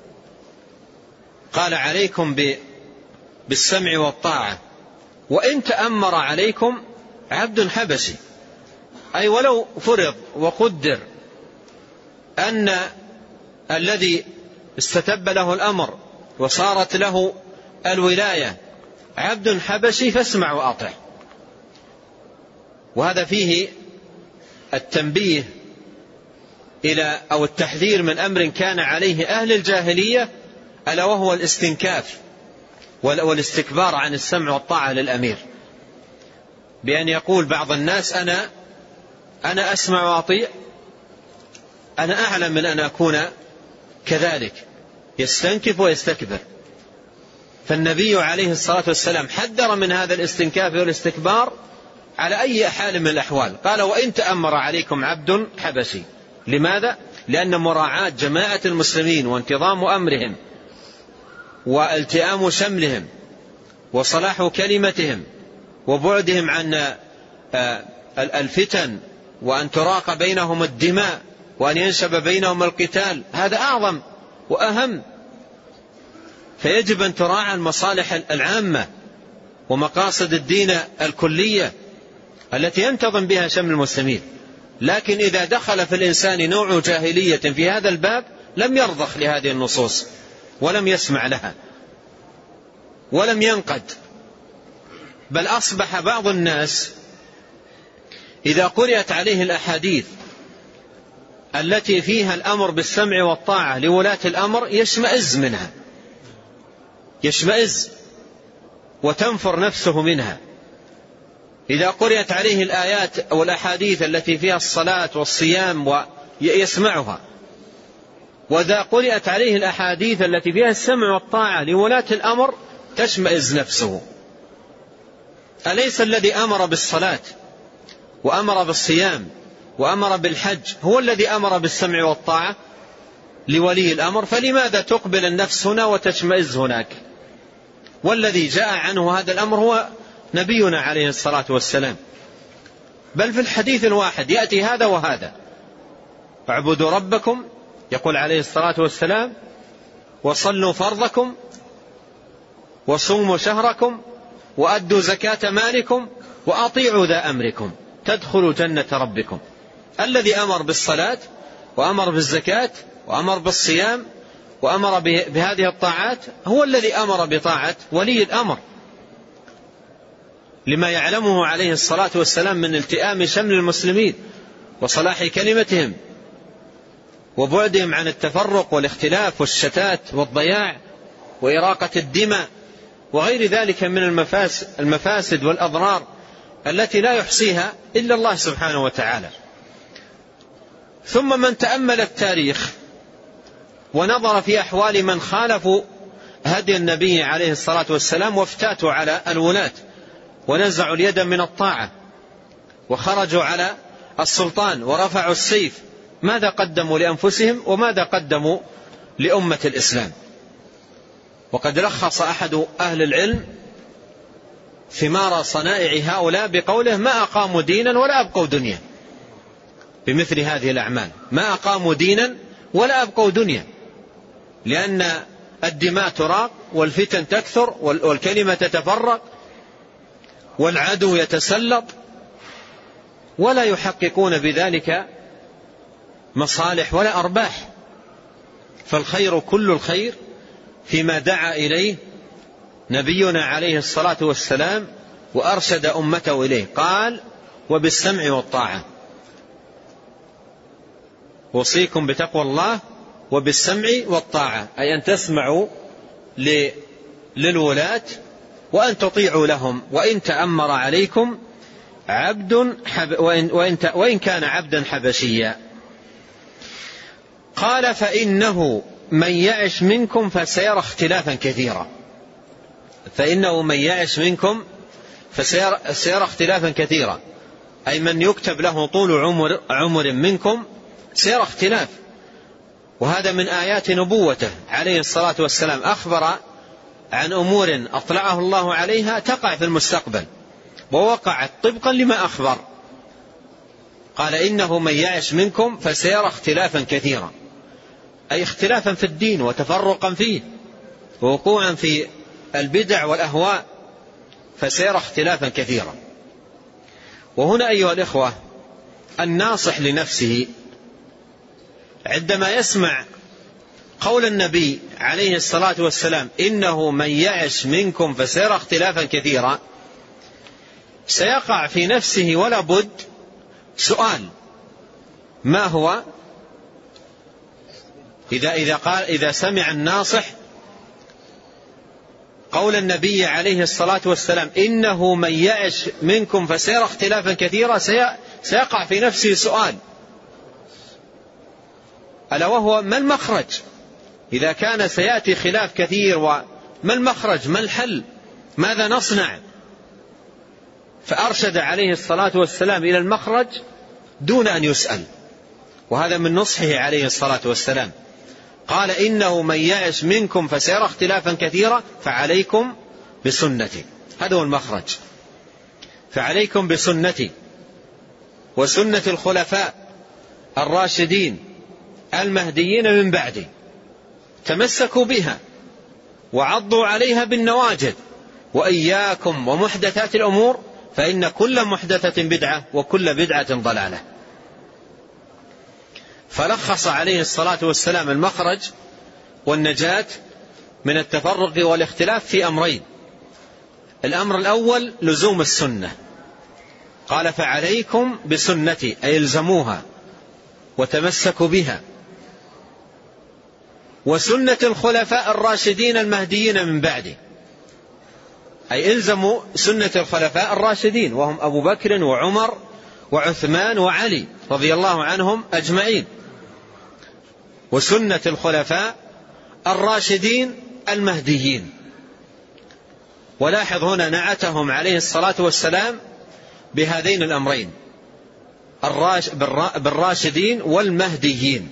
قال: عليكم بالسمع والطاعة، وإن تأمر عليكم عبد حبشي، أي ولو فرض وقدر أن الذي استتب له الأمر وصارت له الولاية عبد حبشي فاسمع وأطع. وهذا فيه التنبيه إلى أو التحذير من أمر كان عليه أهل الجاهلية، ألا وهو الاستنكاف والاستكبار عن السمع والطاعة للأمير، بأن يقول بعض الناس أنا أنا أسمع وأطيع، أنا أعلم من أن أكون كذلك، يستنكف ويستكبر. فالنبي عليه الصلاة والسلام حذر من هذا الاستنكاف والاستكبار على أي حال من الأحوال. قال وإن تأمر عليكم عبد حبشي. لماذا؟ لأن مراعاة جماعة المسلمين وانتظام أمرهم والتئام شملهم وصلاح كلمتهم وبعدهم عن الفتن وأن تراق بينهم الدماء وأن ينشب بينهم القتال، هذا أعظم وأهم. فيجب أن تراعى المصالح العامة ومقاصد الدين الكلية التي ينتظم بها شمل المسلمين. لكن إذا دخل في الإنسان نوع جاهلية في هذا الباب لم يرضخ لهذه النصوص ولم يسمع لها ولم ينقد، بل أصبح بعض الناس إذا قرأت عليه الأحاديث التي فيها الأمر بالسمع والطاعة لولاة الأمر يشمئز منها، يشمئز وتنفر نفسه منها. إذا قرأت عليه الآيات أو الأحاديث التي فيها الصلاة والصيام ويسمعها، وإذا قرأت عليه الأحاديث التي فيها السمع والطاعة لولاة الأمر تشمئز نفسه. أليس الذي أمر بالصلاة وأمر بالصيام وأمر بالحج هو الذي أمر بالسمع والطاعة لولي الأمر؟ فلماذا تقبل النفس هنا وتشمئز هناك؟ والذي جاء عنه هذا الأمر هو نبينا عليه الصلاة والسلام، بل في الحديث الواحد يأتي هذا وهذا. اعبدوا ربكم يقول عليه الصلاة والسلام، وصلوا فرضكم وصوموا شهركم وأدوا زكاة مالكم وأطيعوا ذا أمركم تدخلوا جنة ربكم. الذي أمر بالصلاة وأمر بالزكاة وأمر بالصيام وأمر بهذه الطاعات هو الذي أمر بطاعة ولي الأمر، لما يعلمه عليه الصلاة والسلام من التئام شمل المسلمين وصلاح كلمتهم وبعدهم عن التفرق والاختلاف والشتات والضياع وإراقة الدماء وغير ذلك من المفاسد والأضرار التي لا يحصيها إلا الله سبحانه وتعالى. ثم من تأمل التاريخ ونظر في أحوال من خالفوا هدي النبي عليه الصلاة والسلام وافتاتوا على الولاة ونزعوا اليد من الطاعة وخرجوا على السلطان ورفعوا السيف، ماذا قدموا لأنفسهم وماذا قدموا لأمة الإسلام؟ وقد لخص أحد أهل العلم ثمار صنائع هؤلاء بقوله ما أقاموا دينا ولا أبقوا دنيا. بمثل هذه الأعمال ما أقاموا دينا ولا أبقوا دنيا، لأن الدماء تراق والفتن تكثر والكلمة تتفرق والعدو يتسلط ولا يحققون بذلك مصالح ولا أرباح. فالخير كل الخير فيما دعا إليه نبينا عليه الصلاة والسلام وأرشد أمته إليه، قال وبالسمع والطاعة. وصيكم بتقوى الله وبالسمع والطاعة، أي أن تسمعوا للولاة وأن تطيعوا لهم وإن تأمر عليكم عبد حب وإن, وإن, وإن كان عبدا حبشيا. قال فإنه من يعش منكم فسيرى اختلافا كثيرا. فإنه من يعش منكم فسيرى اختلافا كثيرا، أي من يكتب له طول عمر, عمر منكم سيرى اختلاف. وهذا من آيات نبوته عليه الصلاة والسلام، أخبر عن أمور أطلعه الله عليها تقع في المستقبل ووقعت طبقا لما أخبر. قال إنه من يعش منكم فسيرى اختلافا كثيرا، أي اختلافا في الدين وتفرقا فيه ووقوعا في البدع والأهواء، فسيرى اختلافا كثيرا. وهنا أيها الإخوة الناصح لنفسه عندما يسمع قول النبي عليه الصلاة والسلام إنه من يعش منكم فسيرى اختلافا كثيرا، سيقع في نفسه ولا بد سؤال: ما هو؟ إذا إذا قال إذا سمع الناصح قول النبي عليه الصلاة والسلام إنه من يعش منكم فسيرى اختلافا كثيرا، سيقع في نفسه سؤال، ألا وهو: ما المخرج؟ إذا كان سيأتي خلاف كثير، وما المخرج؟ ما الحل؟ ماذا نصنع؟ فأرشد عليه الصلاة والسلام إلى المخرج دون أن يسأل، وهذا من نصحه عليه الصلاة والسلام. قال: إنه من يعش منكم فسيرى اختلافا كثيرا فعليكم بسنتي. هذا هو المخرج. فعليكم بسنتي وسنة الخلفاء الراشدين المهديين من بعدي، تمسكوا بها وعضوا عليها بالنواجذ، وإياكم ومحدثات الأمور فإن كل محدثة بدعة وكل بدعة ضلالة. فلخص عليه الصلاة والسلام المخرج والنجاة من التفرق والاختلاف في أمرين: الأمر الأول لزوم السنة، قال: فعليكم بسنتي، أي الزموها وتمسكوا بها، وسنة الخلفاء الراشدين المهديين من بعدي، أي الزموا سنة الخلفاء الراشدين، وهم أبو بكر وعمر وعثمان وعلي رضي الله عنهم أجمعين، وسنة الخلفاء الراشدين المهديين. ولاحظ هنا نعتهم عليه الصلاة والسلام بهذين الأمرين: بالراشدين والمهديين.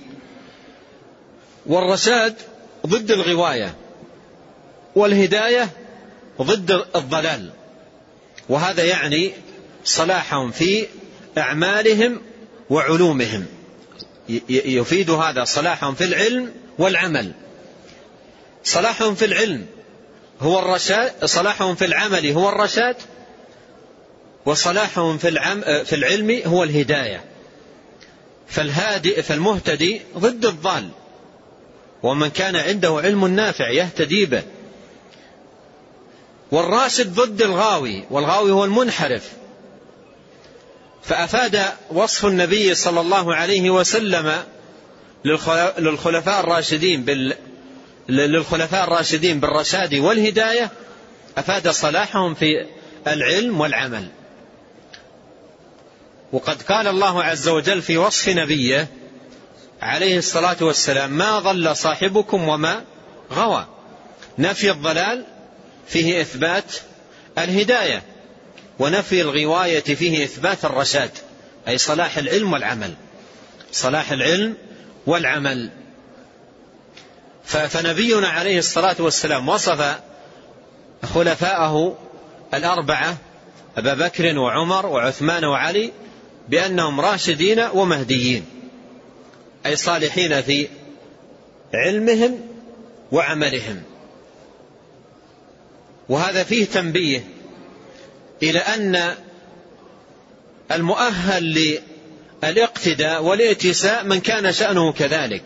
والرشاد ضد الغواية، والهداية ضد الضلال، وهذا يعني صلاحهم في أعمالهم وعلومهم، يفيد هذا صلاحهم في العلم والعمل. صلاحهم في العلم هو الرشاد، صلاحهم في العمل هو الرشاد، وصلاحهم في العم في العلم هو الهداية. فالهادي فالمهتدي ضد الضال، ومن كان عنده علم نافع يهتدي به. والراشد ضد الغاوي، والغاوي هو المنحرف. فأفاد وصف النبي صلى الله عليه وسلم للخلفاء الراشدين بال للخلفاء الراشدين بالرشاد والهداية، أفاد صلاحهم في العلم والعمل. وقد قال الله عز وجل في وصف نبيه عليه الصلاة والسلام: ما ضل صاحبكم وما غوى. نفي الضلال فيه إثبات الهداية، ونفي الغواية فيه إثبات الرشاد، أي صلاح العلم والعمل، صلاح العلم والعمل. فنبينا عليه الصلاة والسلام وصف خلفاءه الأربعة أبا بكر وعمر وعثمان وعلي بأنهم راشدين ومهديين، أي صالحين في علمهم وعملهم. وهذا فيه تنبيه إلى أن المؤهل للاقتداء والائتساء من كان شأنه كذلك،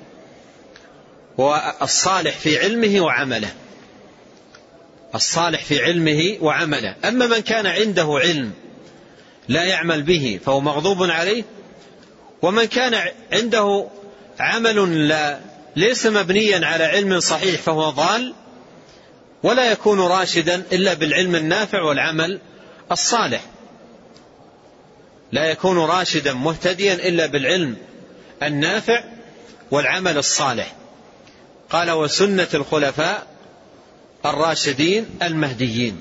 والصالح في علمه وعمله، الصالح في علمه وعمله. أما من كان عنده علم لا يعمل به فهو مغضوب عليه، ومن كان عنده عمل لا ليس مبنيا على علم صحيح فهو ضال، ولا يكون راشدا إلا بالعلم النافع والعمل الصالح. لا يكون راشدا مهتديا إلا بالعلم النافع والعمل الصالح. قال: وسنة الخلفاء الراشدين المهديين.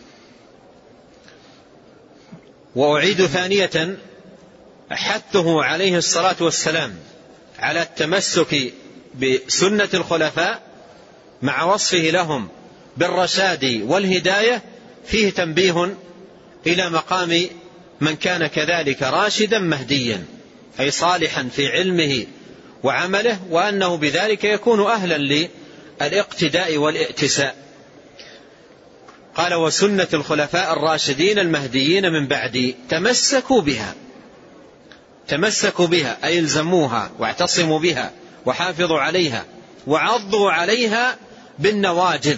وأعيد ثانية حثه عليه الصلاة والسلام على التمسك بسنة الخلفاء مع وصفه لهم بالرشاد والهداية، فيه تنبيه إلى مقام من كان كذلك راشدا مهديا، أي صالحا في علمه وعمله، وأنه بذلك يكون أهلا للاقتداء والائتساء. قال وسنة الخلفاء الراشدين المهديين من بعدي تمسكوا بها، تمسكوا بها أي الزموها واعتصموا بها وحافظوا عليها وعضوا عليها بالنواجذ.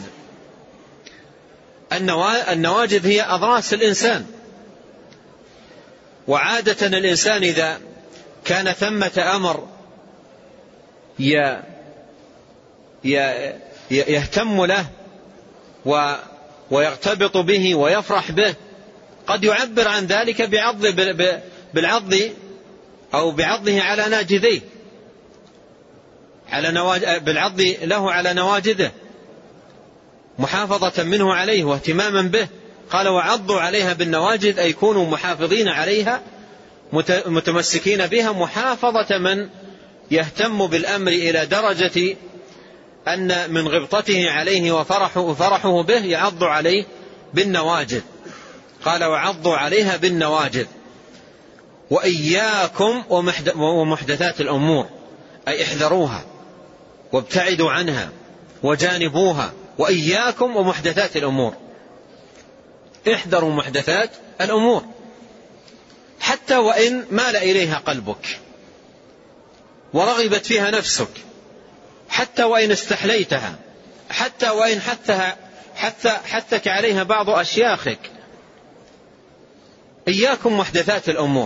النواجذ هي أضراس الإنسان، وعادة الإنسان إذا كان ثمة أمر يهتم له ويرتبط به ويفرح به قد يعبر عن ذلك بعض بالعض أو بعضه على ناجذيه، على نواج... بالعض له على نواجذه محافظة منه عليه واهتماما به. قال وعضوا عليها بالنواجذ أي كونوا محافظين عليها متمسكين بها محافظة من يهتم بالأمر إلى درجة أن من غبطته عليه وفرحه, وفرحه به يعض عليه بالنواجذ. قال وعضوا عليها بالنواجذ. وإياكم ومحدثات الأمور أي احذروها وابتعدوا عنها وجانبوها. وإياكم ومحدثات الأمور، احذروا محدثات الأمور حتى وإن مال إليها قلبك ورغبت فيها نفسك، حتى وإن استحليتها، حتى وإن حثها حتى حثك عليها بعض أشياخك. إياكم محدثات الأمور،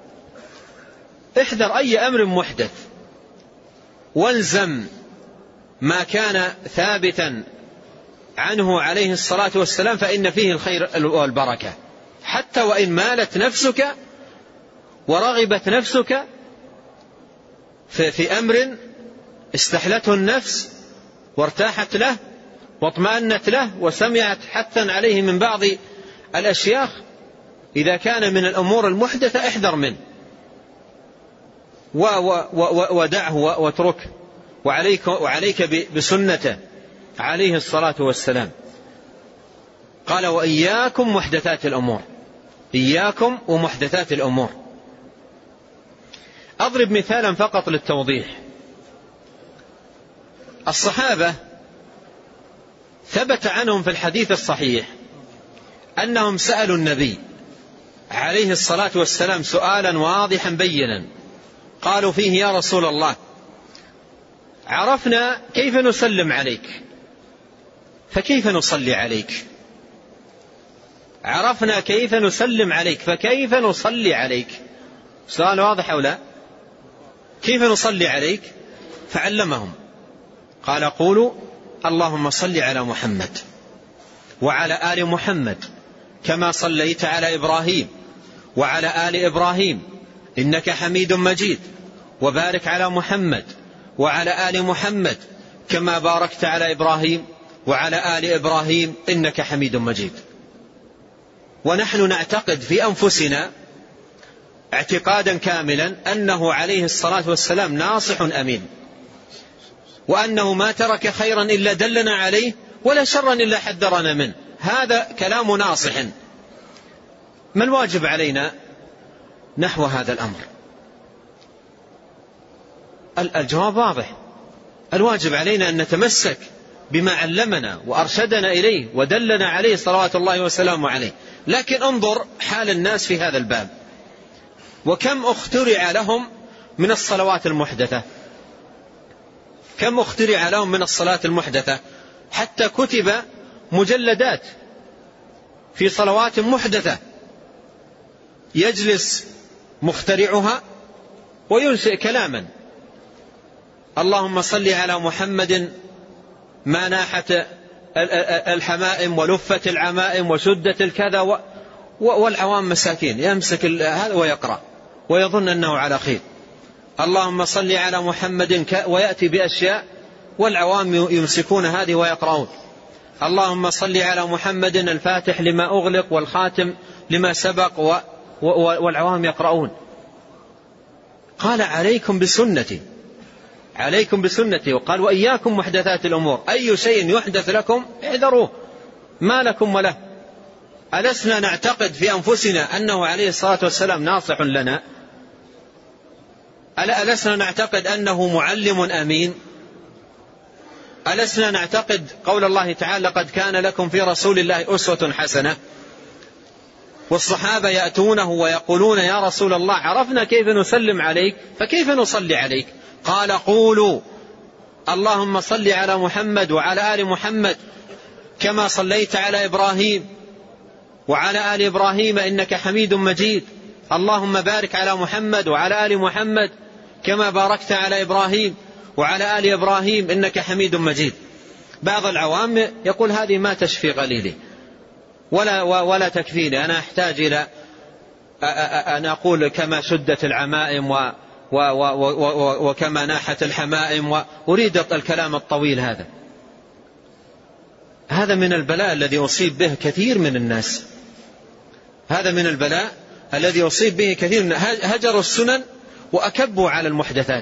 احذر أي أمر محدث والزم ما كان ثابتا عنه عليه الصلاة والسلام فإن فيه الخير والبركة، حتى وإن مالت نفسك ورغبت نفسك في, في أمر استحلته النفس وارتاحت له واطمأنت له وسمعت حثا عليه من بعض الأشياخ، إذا كان من الأمور المحدثة احذر منه ودعه واتركه، وعليك, وعليك بسنته عليه الصلاة والسلام. قال وإياكم محدثات الأمور، إياكم ومحدثات الأمور. أضرب مثالا فقط للتوضيح. الصحابة ثبت عنهم في الحديث الصحيح أنهم سألوا النبي عليه الصلاة والسلام سؤالا واضحا بينا، قالوا فيه يا رسول الله عرفنا كيف نسلم عليك فكيف نصلي عليك، عرفنا كيف نسلم عليك فكيف نصلي عليك. سؤال واضح أو لا؟ كيف نصلي عليك؟ فعلمهم قال قولوا اللهم صل على محمد وعلى آل محمد كما صليت على إبراهيم وعلى آل إبراهيم إنك حميد مجيد، وبارك على محمد وعلى آل محمد كما باركت على إبراهيم وعلى آل إبراهيم إنك حميد مجيد. ونحن نعتقد في أنفسنا اعتقادا كاملا أنه عليه الصلاة والسلام ناصح أمين، وأنه ما ترك خيرا إلا دلنا عليه ولا شرا إلا حذرنا منه. هذا كلام ناصح. ما الواجب علينا نحو هذا الأمر؟ الجواب واضح، الواجب علينا أن نتمسك بما علمنا وأرشدنا إليه ودلنا عليه صلوات الله وسلامه عليه. لكن انظر حال الناس في هذا الباب، وكم اخترع لهم من الصلوات المحدثة، كم اخترع لهم من الصلاة المحدثة، حتى كتب مجلدات في صلوات محدثة يجلس مخترعها وينشئ كلاما اللهم صل على محمد ما ناحت الحمائم ولفت العمائم وشدت الكذا، والعوام مساكين يمسك هذا ويقرأ ويظن أنه على خير. اللهم صل على محمد ويأتي بأشياء والعوام يمسكون هذه ويقرؤون. اللهم صل على محمد الفاتح لما أغلق والخاتم لما سبق والعوام يقرؤون. قال عليكم بسنتي، عليكم بسنتي. وقال وإياكم محدثات الأمور، أي شيء يحدث لكم احذروه ما لكم وله. ألسنا نعتقد في أنفسنا أنه عليه الصلاة والسلام ناصح لنا؟ ألسنا نعتقد أنه معلم أمين؟ ألسنا نعتقد قول الله تعالى لقد كان لكم في رسول الله أسوة حسنة؟ والصحابة يأتونه ويقولون يا رسول الله عرفنا كيف نسلم عليك فكيف نصلي عليك؟ قال قولوا اللهم صل على محمد وعلى آل محمد كما صليت على إبراهيم وعلى آل إبراهيم إنك حميد مجيد، اللهم بارك على محمد وعلى آل محمد كما باركت على إبراهيم وعلى آل إبراهيم إنك حميد مجيد. بعض العوام يقول هذه ما تشفي غليلي ولا, ولا تكفيني، أنا أحتاج إلى أن أقول كما شدت العمائم و و و و وكما ناحت الحمائم، وأريد الكلام الطويل. هذا هذا من البلاء الذي أصيب به كثير من الناس، هذا من البلاء الذي يصيب به كثير من هجروا السنن وأكبوا على المحدثات.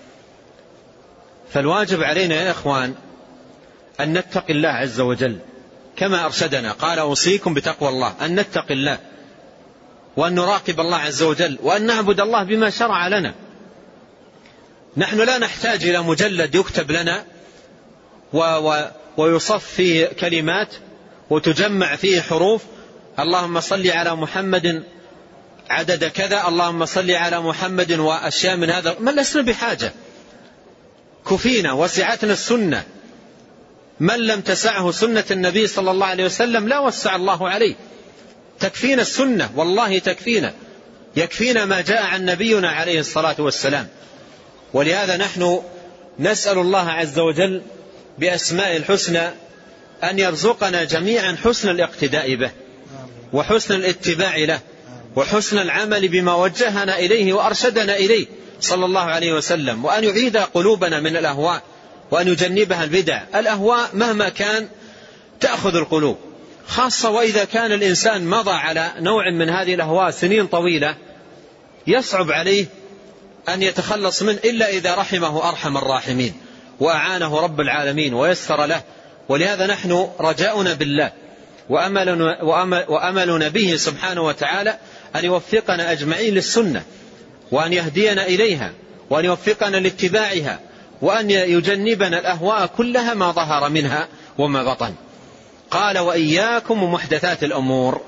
فالواجب علينا يا إخوان أن نتقي الله عز وجل كما أرشدنا، قال أوصيكم بتقوى الله، أن نتقي الله وأن نراقب الله عز وجل وأن نعبد الله بما شرع لنا. نحن لا نحتاج إلى مجلد يكتب لنا و و ويصف فيه كلمات وتجمع فيه حروف، اللهم صل على محمد عدد كذا، اللهم صل على محمد وأشياء من هذا، ما لسنا بحاجة، كفينا وسعتنا السنة. من لم تسعه سنة النبي صلى الله عليه وسلم لا وسع الله عليه، تكفينا السنة، والله تكفينا، يكفينا ما جاء عن نبينا عليه الصلاة والسلام. ولهذا نحن نسأل الله عز وجل بأسماء الحسنى أن يرزقنا جميعا حسن الاقتداء به وحسن الاتباع له وحسن العمل بما وجهنا إليه وأرشدنا إليه صلى الله عليه وسلم، وأن يعيد قلوبنا من الأهواء وأن يجنبها البدع. الأهواء مهما كان تأخذ القلوب، خاصة وإذا كان الإنسان مضى على نوع من هذه الأهواء سنين طويلة، يصعب عليه أن يتخلص منه إلا إذا رحمه أرحم الراحمين وأعانه رب العالمين ويسر له. ولهذا نحن رجاؤنا بالله وأملنا, وأملنا به سبحانه وتعالى أن يوفقنا أجمعين للسنة وأن يهدينا إليها وأن يوفقنا لاتباعها وأن يجنبنا الأهواء كلها ما ظهر منها وما بطن. قال وإياكم ومحدثات الأمور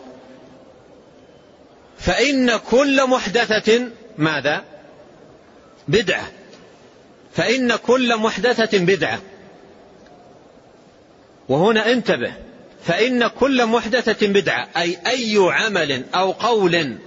فإن كل محدثة ماذا؟ بدعة. فإن كل محدثة بدعة. وهنا انتبه، فإن كل محدثة بدعة أي أي عمل أو قول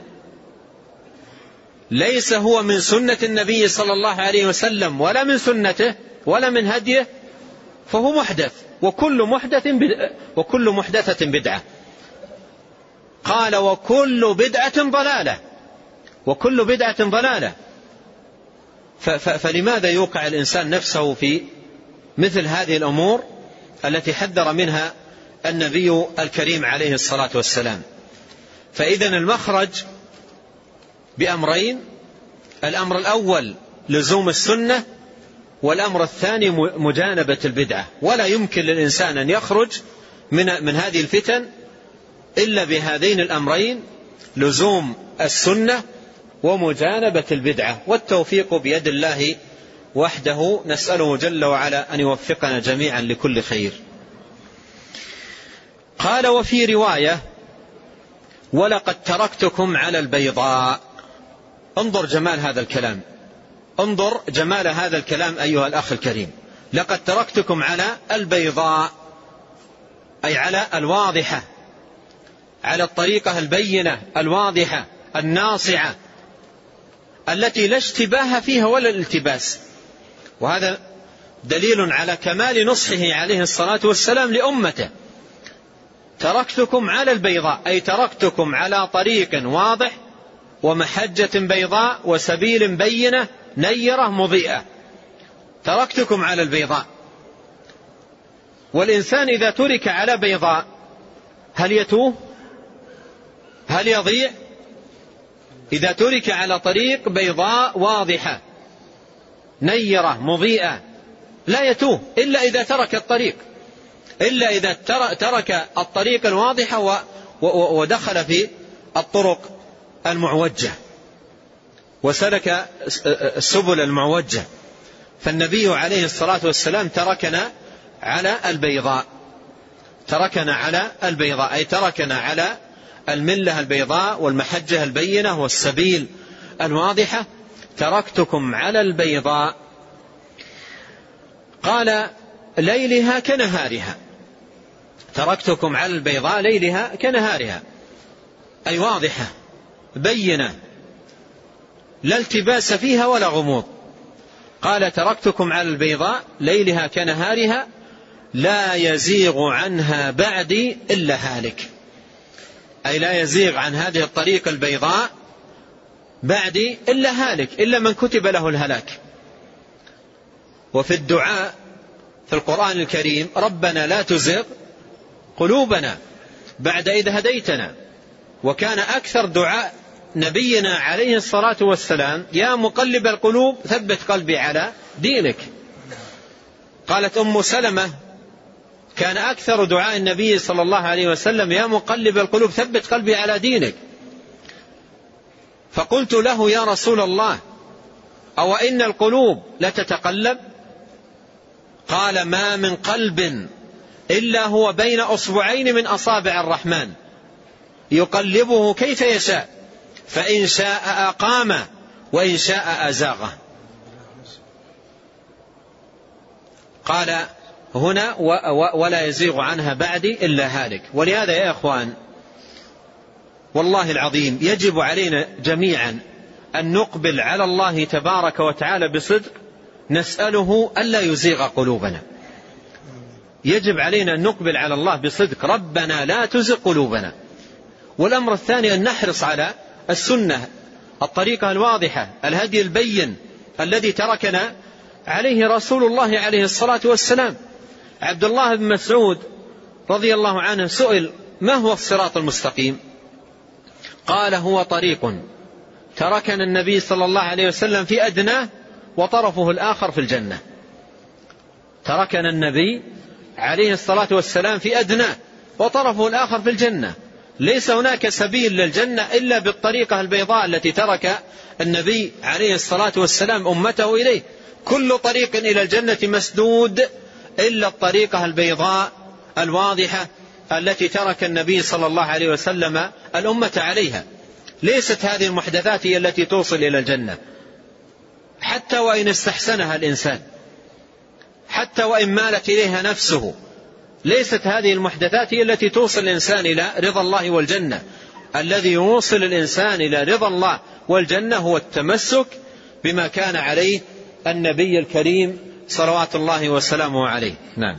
ليس هو من سنة النبي صلى الله عليه وسلم ولا من سنته ولا من هديه فهو محدث، وكل محدث بدعة وكل محدثة بدعة. قال وكل بدعة ضلالة، وكل بدعة ضلالة. فلماذا يوقع الإنسان نفسه في مثل هذه الأمور التي حذر منها النبي الكريم عليه الصلاة والسلام؟ فإذن المخرج بأمرين، الأمر الأول لزوم السنة، والأمر الثاني مجانبة البدعة. ولا يمكن للإنسان أن يخرج من, من هذه الفتن إلا بهذين الأمرين، لزوم السنة ومجانبة البدعة، والتوفيق بيد الله وحده، نسأله جل وعلا أن يوفقنا جميعا لكل خير. قال وفي رواية ولقد تركتكم على البيضاء. انظر جمال هذا الكلام، انظر جمال هذا الكلام أيها الأخ الكريم. لقد تركتكم على البيضاء أي على الواضحة، على الطريقة البينة الواضحة الناصعة التي لا اشتباه فيها ولا الالتباس. وهذا دليل على كمال نصحه عليه الصلاة والسلام لأمته. تركتكم على البيضاء أي تركتكم على طريق واضح ومحجة بيضاء وسبيل بينة نيرة مضيئة، تركتكم على البيضاء. والإنسان إذا ترك على بيضاء هل يتوه؟ هل يضيع؟ إذا ترك على طريق بيضاء واضحة نيرة مضيئة لا يتوه إلا إذا ترك الطريق، إلا إذا ترك الطريق الواضحة ودخل في الطرق المعوجة وسلك السبل المعوجة. فالنبي عليه الصلاة والسلام تركنا على البيضاء، تركنا على البيضاء أي تركنا على الملة البيضاء والمحجة البينة والسبيل الواضحة، تركتكم على البيضاء. قال ليلها كنهارها، تركتكم على البيضاء ليلها كنهارها أي واضحة بينة لا التباس فيها ولا غموض. قال تركتكم على البيضاء ليلها كنهارها لا يزيغ عنها بعدي إلا هالك، أي لا يزيغ عن هذه الطريق البيضاء بعدي إلا هالك، إلا من كتب له الهلاك. وفي الدعاء في القرآن الكريم ربنا لا تزغ قلوبنا بعد إذ هديتنا، وكان أكثر دعاء نبينا عليه الصلاة والسلام يا مقلب القلوب ثبت قلبي على دينك. قالت أم سلمة كان أكثر دعاء النبي صلى الله عليه وسلم يا مقلب القلوب ثبت قلبي على دينك. فقلت له يا رسول الله أو إن القلوب لتتقلب؟ قال ما من قلب إلا هو بين أصبعين من أصابع الرحمن يقلبه كيف يشاء، فإن شاء أقامه وإن شاء أزاغه. قال هنا ولا يزيغ عنها بعدي إلا هالك. ولهذا يا إخوان والله العظيم يجب علينا جميعا أن نقبل على الله تبارك وتعالى بصدق، نسأله ألا يزيغ قلوبنا. يجب علينا أن نقبل على الله بصدق، ربنا لا تزغ قلوبنا. والأمر الثاني أن نحرص على السنة، الطريقة الواضحة، الهدي البين الذي تركنا عليه رسول الله عليه الصلاة والسلام. عبد الله بن مسعود رضي الله عنه سئل ما هو الصراط المستقيم؟ قال هو طريق تركنا النبي صلى الله عليه وسلم في أدناه وطرفه الآخر في الجنة. تركنا النبي عليه الصلاة والسلام في أدناه وطرفه الآخر في الجنة. ليس هناك سبيل للجنة إلا بالطريقة البيضاء التي ترك النبي عليه الصلاة والسلام أمته إليه. كل طريق إلى الجنة مسدود إلا الطريقة البيضاء الواضحة التي ترك النبي صلى الله عليه وسلم الأمة عليها. ليست هذه المحدثات هي التي توصل إلى الجنة، حتى وإن استحسنها الإنسان، حتى وإن مالت إليها نفسه. ليست هذه المحدثات هي التي توصل الإنسان إلى رضا الله والجنة. الذي يوصل الإنسان إلى رضا الله والجنة هو التمسك بما كان عليه النبي الكريم صلوات الله وسلامه عليه. نعم.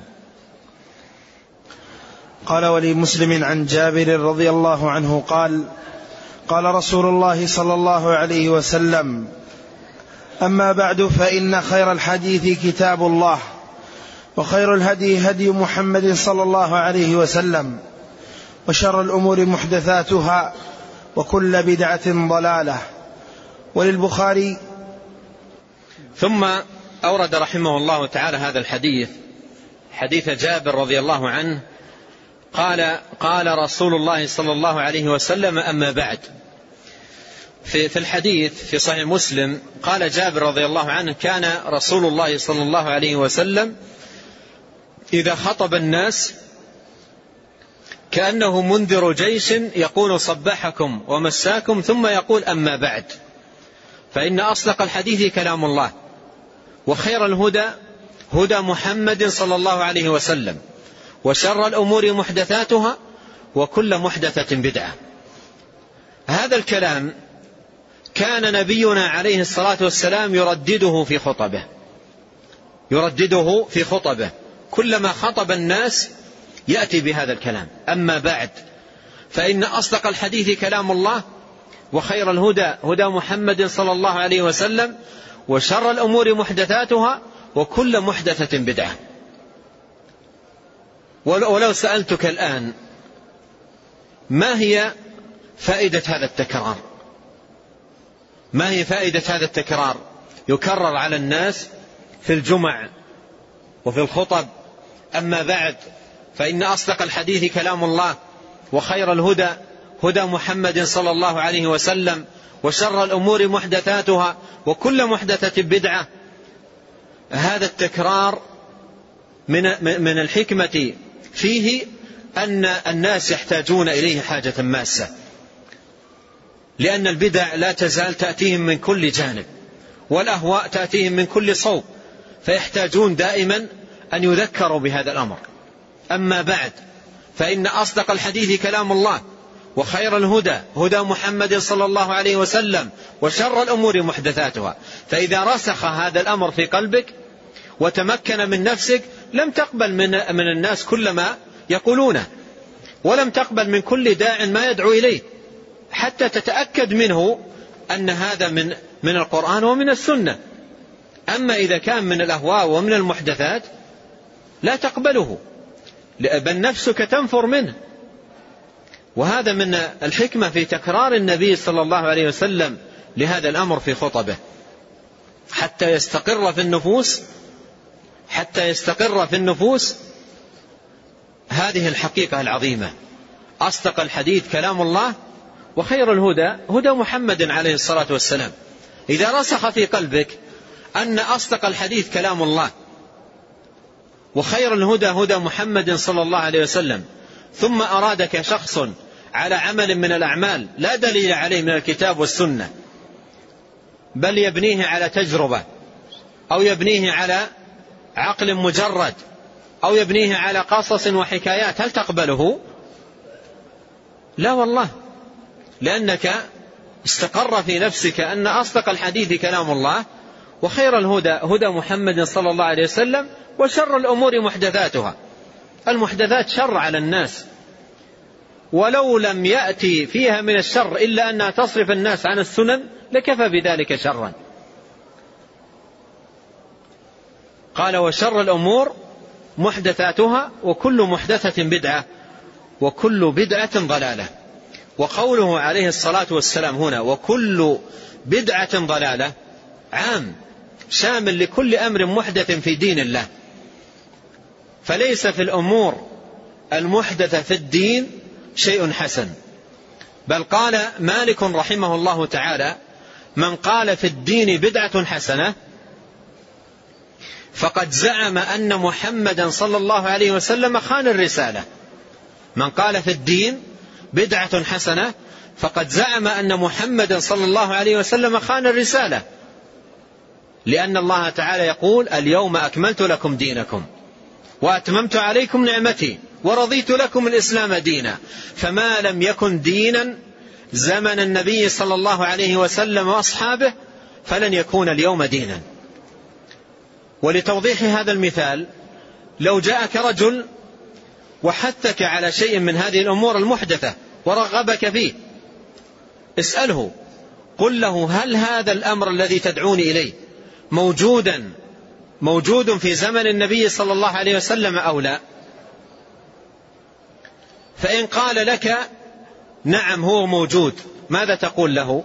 قال ولمسلم عن جابر رضي الله عنه قال قال رسول الله صلى الله عليه وسلم أما بعد فإن خير الحديث كتاب الله، وخير الهدي هدي محمد صلى الله عليه وسلم، وشر الأمور محدثاتها، وكل بدعة ضلالة. وللبخاري. ثم أورد رحمه الله تعالى هذا الحديث، حديث جابر رضي الله عنه قال قال رسول الله صلى الله عليه وسلم أما بعد. في, في الحديث في صحيح مسلم قال جابر رضي الله عنه كان رسول الله صلى الله عليه وسلم إذا خطب الناس كأنه منذر جيش يقول صبحكم ومساكم ثم يقول أما بعد، فإن أصدق الحديث كلام الله، وخير الهدى هدى محمد صلى الله عليه وسلم، وشر الأمور محدثاتها، وكل محدثة بدعة. هذا الكلام كان نبينا عليه الصلاة والسلام يردده في خطبه، يردده في خطبه كلما خطب الناس يأتي بهذا الكلام. أما بعد فإن أصدق الحديث كلام الله، وخير الهدى هدى محمد صلى الله عليه وسلم، وشر الأمور محدثاتها، وكل محدثة بدعة. ولو سألتك الآن ما هي فائدة هذا التكرار؟ ما هي فائدة هذا التكرار؟ يكرر على الناس في الجمع وفي الخطب. أما بعد فإن أصدق الحديث كلام الله، وخير الهدى هدى محمد صلى الله عليه وسلم، وشر الأمور محدثاتها، وكل محدثة بدعة. هذا التكرار من من الحكمة فيه أن الناس يحتاجون إليه حاجة ماسة، لأن البدع لا تزال تأتيهم من كل جانب، والأهواء تأتيهم من كل صوب، فيحتاجون دائما أن يذكروا بهذا الأمر. أما بعد، فإن أصدق الحديث كلام الله، وخير الهدى هدى محمد صلى الله عليه وسلم، وشر الأمور محدثاتها. فإذا رسخ هذا الأمر في قلبك وتمكن من نفسك، لم تقبل من, من الناس كل ما يقولونه، ولم تقبل من كل داع ما يدعو إليه، حتى تتأكد منه أن هذا من, من القرآن ومن السنة. أما إذا كان من الأهواء ومن المحدثات لا تقبله، بل نفسك تنفر منه. وهذا من الحكمة في تكرار النبي صلى الله عليه وسلم لهذا الأمر في خطبه، حتى يستقر في النفوس حتى يستقر في النفوس هذه الحقيقة العظيمة. أصدق الحديث كلام الله، وخير الهدى هدى محمد عليه الصلاة والسلام. إذا رسخ في قلبك أن أصدق الحديث كلام الله، وخير الهدى هدى محمد صلى الله عليه وسلم، ثم أرادك شخص على عمل من الأعمال لا دليل عليه من الكتاب والسنة، بل يبنيه على تجربة، أو يبنيه على عقل مجرد، أو يبنيه على قصص وحكايات، هل تقبله؟ لا والله، لأنك استقر في نفسك أن أصدق الحديث كلام الله، وخير الهدى هدى محمد صلى الله عليه وسلم، وشر الأمور محدثاتها. المحدثات شر على الناس، ولو لم يأتي فيها من الشر إلا أنها تصرف الناس عن السنن لكفى بذلك شرا. قال: وشر الأمور محدثاتها، وكل محدثة بدعة، وكل بدعة ضلالة. وقوله عليه الصلاة والسلام هنا وكل بدعة ضلالة عام شامل لكل أمر محدث في دين الله، فليس في الأمور المحدثة في الدين شيء حسن. بل قال مالك رحمه الله تعالى: من قال في الدين بدعة حسنة فقد زعم أن محمدا صلى الله عليه وسلم خان الرسالة. من قال في الدين بدعة حسنة فقد زعم أن محمدا صلى الله عليه وسلم خان الرسالة، لأن الله تعالى يقول: اليوم أكملت لكم دينكم وأتممت عليكم نعمتي ورضيت لكم الإسلام دينا. فما لم يكن دينا زمن النبي صلى الله عليه وسلم وأصحابه فلن يكون اليوم دينا. ولتوضيح هذا المثال، لو جاءك رجل وحثك على شيء من هذه الأمور المحدثة ورغبك فيه، اسأله، قل له: هل هذا الأمر الذي تدعوني إليه موجودا موجود في زمن النبي صلى الله عليه وسلم أو لا؟ فإن قال لك نعم هو موجود، ماذا تقول له؟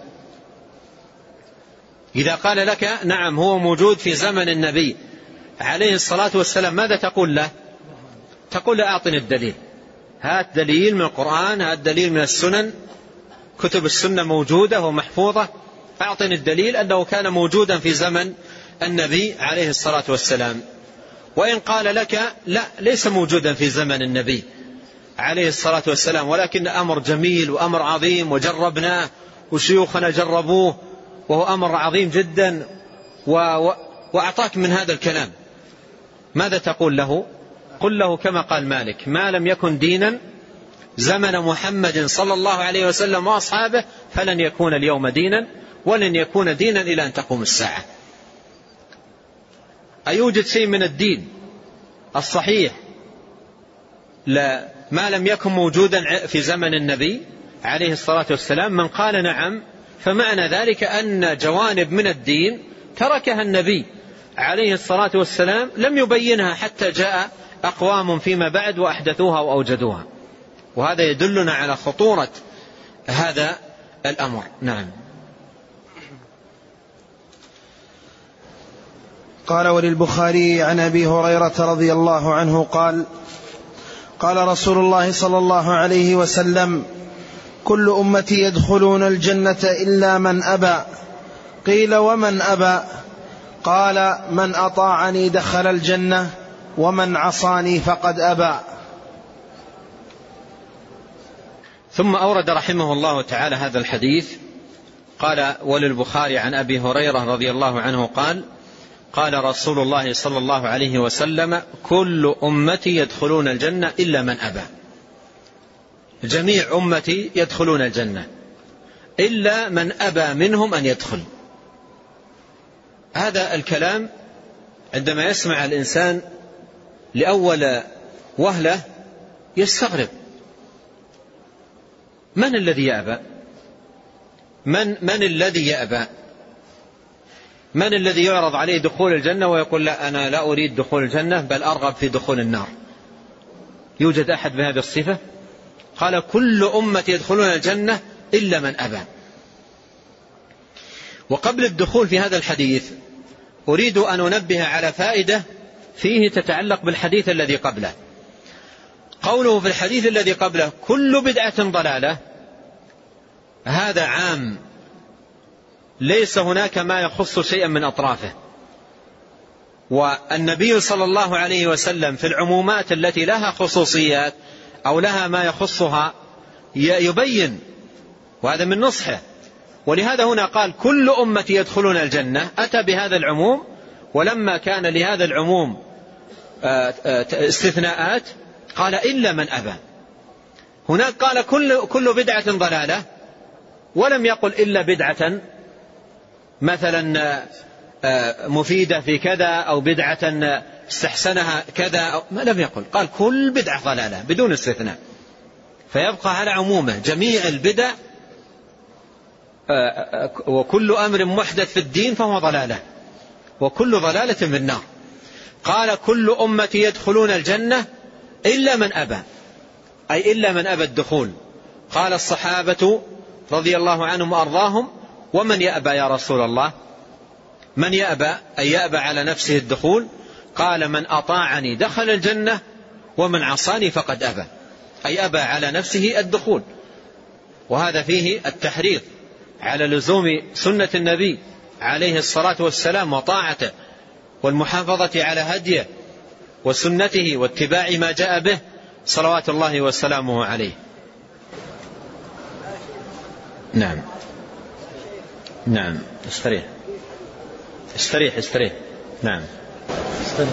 إذا قال لك نعم هو موجود في زمن النبي عليه الصلاة والسلام، ماذا تقول له؟ تقول له: أعطني الدليل، هات دليل من القرآن، هات دليل من السنن، كتب السنة موجودة ومحفوظة، أعطني الدليل أنه كان موجودا في زمن النبي عليه الصلاة والسلام. وإن قال لك لا، ليس موجودا في زمن النبي عليه الصلاة والسلام، ولكن أمر جميل وأمر عظيم وجربناه وشيوخنا جربوه وهو أمر عظيم جدا، وأعطاك من هذا الكلام، ماذا تقول له؟ قل له كما قال مالك: ما لم يكن دينا زمن محمد صلى الله عليه وسلم وأصحابه فلن يكون اليوم دينا، ولن يكون دينا إلى أن تقوم الساعة. أيوجد شيء من الدين الصحيح لا ما لم يكن موجودا في زمن النبي عليه الصلاة والسلام؟ من قال نعم فمعنى ذلك أن جوانب من الدين تركها النبي عليه الصلاة والسلام، لم يبينها حتى جاء أقوام فيما بعد وأحدثوها وأوجدوها. وهذا يدلنا على خطورة هذا الأمر. نعم. قال: وللبخاري عن أبي هريرة رضي الله عنه قال: قال رسول الله صلى الله عليه وسلم: كل أمتي يدخلون الجنة إلا من أبى. قيل: ومن أبى؟ قال: من أطاعني دخل الجنة ومن عصاني فقد أبى. ثم أورد رحمه الله تعالى هذا الحديث، قال: وللبخاري عن أبي هريرة رضي الله عنه قال: قال رسول الله صلى الله عليه وسلم: كل أمتي يدخلون الجنة إلا من أبى. جميع أمتي يدخلون الجنة إلا من أبى منهم أن يدخل. هذا الكلام عندما يسمع الإنسان لأول وهلة يستغرب: من الذي يأبى؟ من, من الذي يأبى؟ من الذي يعرض عليه دخول الجنة ويقول: لا، أنا لا أريد دخول الجنة بل أرغب في دخول النار؟ يوجد أحد بهذه الصفة؟ قال: كل أمة يدخلون الجنة إلا من أبى. وقبل الدخول في هذا الحديث أريد أن أنبه على فائدة فيه تتعلق بالحديث الذي قبله. قوله في الحديث الذي قبله: كل بدعة ضلالة، هذا عام، ليس هناك ما يخص شيئا من أطرافه. والنبي صلى الله عليه وسلم في العمومات التي لها خصوصيات أو لها ما يخصها يبين، وهذا من نصحه. ولهذا هنا قال: كل أمتي يدخلون الجنة، أتى بهذا العموم، ولما كان لهذا العموم استثناءات قال: إلا من أبى. هناك قال: كل, كل بدعة ضلالة، ولم يقل إلا بدعة مثلا مفيدة في كذا أو بدعة استحسنها كذا أو ما، لم يقل، قال كل بدعة ضلالة بدون استثناء، فيبقى على عمومه: جميع البدع وكل أمر محدث في الدين فهو ضلالة وكل ضلالة في النار. قال: كل أمتي يدخلون الجنة إلا من أبى، أي إلا من أبى الدخول. قال الصحابة رضي الله عنهم وأرضاهم: ومن يأبى يا رسول الله؟ من يأبى؟ أي يأبى على نفسه الدخول. قال: من أطاعني دخل الجنة ومن عصاني فقد أبى، أي أبى على نفسه الدخول. وهذا فيه التحريض على لزوم سنة النبي عليه الصلاة والسلام وطاعته والمحافظة على هديه وسنته واتباع ما جاء به صلوات الله وسلامه عليه. نعم نعم استريح استريح استريح نعم استريح.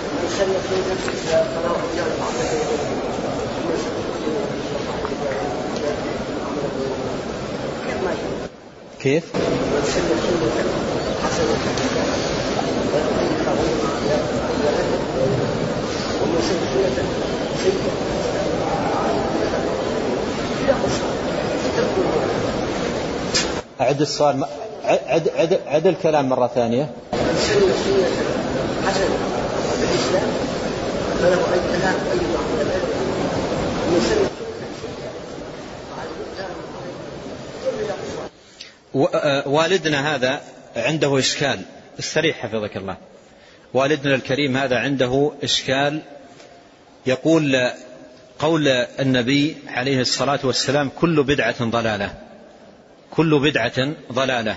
كيف؟ أعد السؤال، عد, عد, عد الكلام مرة ثانية. والدنا هذا عنده إشكال، استريح حفظك الله. والدنا الكريم هذا عنده إشكال، يقول قول النبي عليه الصلاة والسلام: كل بدعة ضلالة، كل بدعة ضلالة.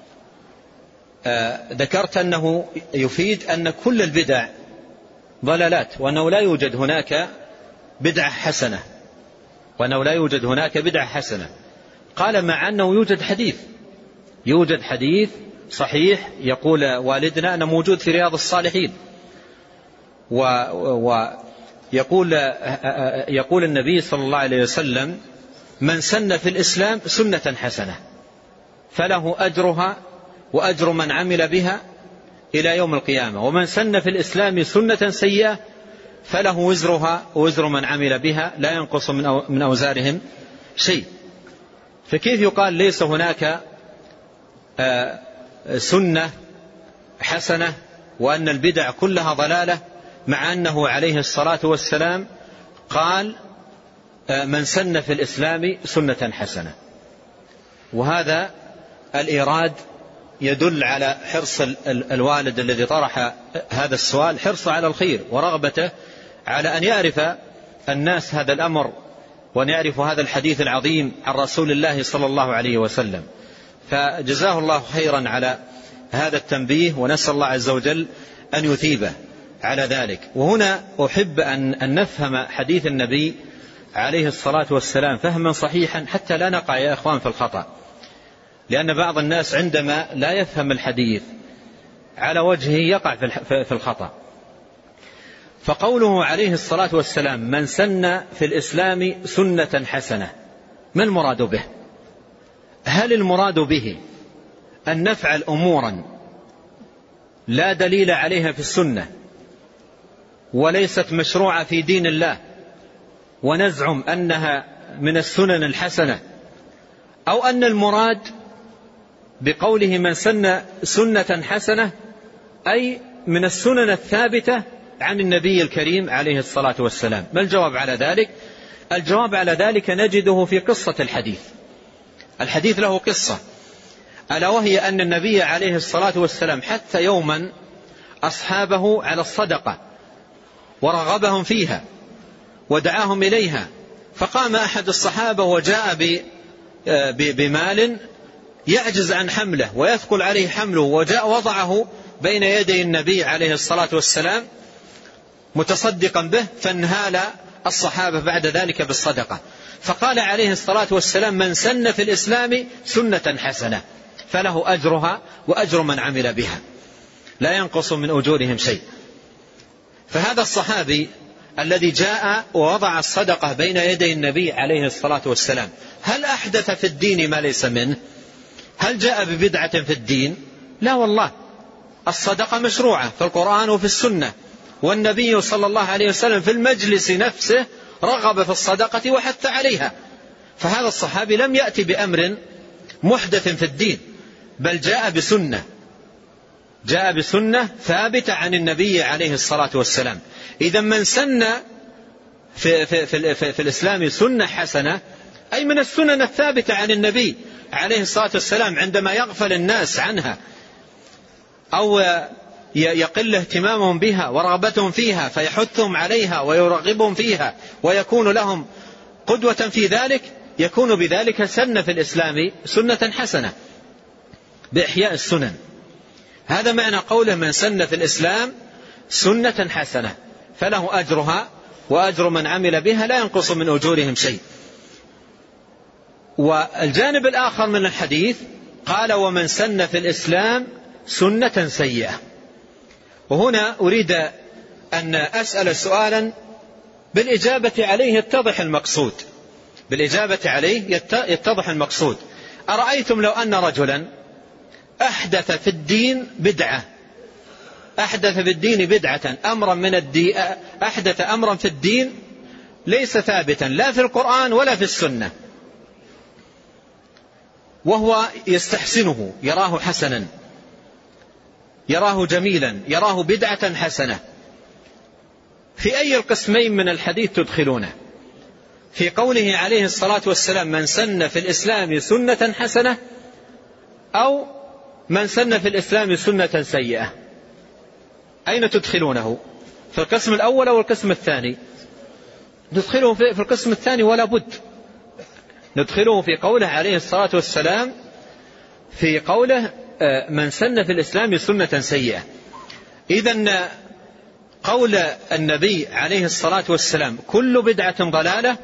آه ذكرت أنه يفيد أن كل البدع ضلالات، وأنه لا يوجد هناك بدعة حسنة، وأنه لا يوجد هناك بدعة حسنة. قال: مع أنه يوجد حديث، يوجد حديث صحيح يقول والدنا أنه موجود في رياض الصالحين، ويقول يقول النبي صلى الله عليه وسلم: من سن في الإسلام سنة حسنة فله أجرها وأجر من عمل بها إلى يوم القيامة، ومن سن في الإسلام سنة سيئة فله وزرها ووزر من عمل بها لا ينقص من أوزارهم شيء. فكيف يقال ليس هناك سنة حسنة وأن البدع كلها ضلالة، مع أنه عليه الصلاة والسلام قال: من سن في الإسلام سنة حسنة؟ وهذا الإيراد يدل على حرص الوالد الذي طرح هذا السؤال، حرصه على الخير ورغبته على أن يعرف الناس هذا الأمر وأن يعرفوا هذا الحديث العظيم عن رسول الله صلى الله عليه وسلم. فجزاه الله خيرا على هذا التنبيه، ونسأل الله عز وجل أن يثيبه على ذلك. وهنا أحب أن نفهم حديث النبي عليه الصلاة والسلام فهما صحيحا حتى لا نقع يا إخوان في الخطأ، لأن بعض الناس عندما لا يفهم الحديث على وجهه يقع في الخطأ. فقوله عليه الصلاة والسلام من سن في الإسلام سنة حسنة، ما المراد به؟ هل المراد به أن نفعل أمورا لا دليل عليها في السنة وليست مشروعة في دين الله ونزعم أنها من السنن الحسنة، أو أن المراد بقوله من سن سنة حسنة أي من السنن الثابتة عن النبي الكريم عليه الصلاة والسلام؟ ما الجواب على ذلك؟ الجواب على ذلك نجده في قصة الحديث. الحديث له قصة، ألا وهي أن النبي عليه الصلاة والسلام حث يوما أصحابه على الصدقة ورغبهم فيها ودعاهم إليها، فقام أحد الصحابة وجاء بمال يعجز عن حمله ويثقل عليه حمله، وجاء وضعه بين يدي النبي عليه الصلاة والسلام متصدقا به، فانهال الصحابة بعد ذلك بالصدقة. فقال عليه الصلاة والسلام من سن في الإسلام سنة حسنة فله أجرها وأجر من عمل بها لا ينقص من أجورهم شيء. فهذا الصحابي الذي جاء ووضع الصدقة بين يدي النبي عليه الصلاة والسلام هل أحدث في الدين ما ليس منه؟ هل جاء ببدعة في الدين؟ لا والله، الصدقة مشروعة في القرآن وفي السنة، والنبي صلى الله عليه وسلم في المجلس نفسه رغب في الصدقة وحث عليها. فهذا الصحابي لم يأتي بأمر محدث في الدين، بل جاء بسنة جاء بسنة ثابتة عن النبي عليه الصلاة والسلام. إذا من سن في, في, في, في, في الإسلام سنة حسنة أي من السنن الثابتة عن النبي عليه الصلاة والسلام، عندما يغفل الناس عنها أو يقل اهتمامهم بها ورغبتهم فيها فيحثهم عليها ويرغبهم فيها ويكون لهم قدوة في ذلك، يكون بذلك سن في الإسلام سنة حسنة بإحياء السنن. هذا معنى قوله من سن في الإسلام سنة حسنة فله أجرها وأجر من عمل بها لا ينقص من أجورهم شيء. والجانب الآخر من الحديث قال ومن سن في الإسلام سنة سيئة. وهنا أريد أن أسأل سؤالا بالإجابة عليه يتضح المقصود بالإجابة عليه يتضح المقصود. أرأيتم لو أن رجلا أحدث في الدين بدعة أحدث في الدين بدعة أمرا من الدين أحدث أمرا في الدين ليس ثابتا لا في القرآن ولا في السنة، وهو يستحسنه يراه حسنا يراه جميلا يراه بدعة حسنة، في أي القسمين من الحديث تدخلونه؟ في قوله عليه الصلاة والسلام من سن في الإسلام سنة حسنة أو من سن في الإسلام سنة سيئة؟ أين تدخلونه؟ في القسم الأول أو القسم الثاني؟ ندخله في القسم الثاني ولا بد، ندخله في قوله عليه الصلاة والسلام في قوله من سن في الإسلام سنة سيئة. إذن قول النبي عليه الصلاة والسلام كل بدعة ضلالة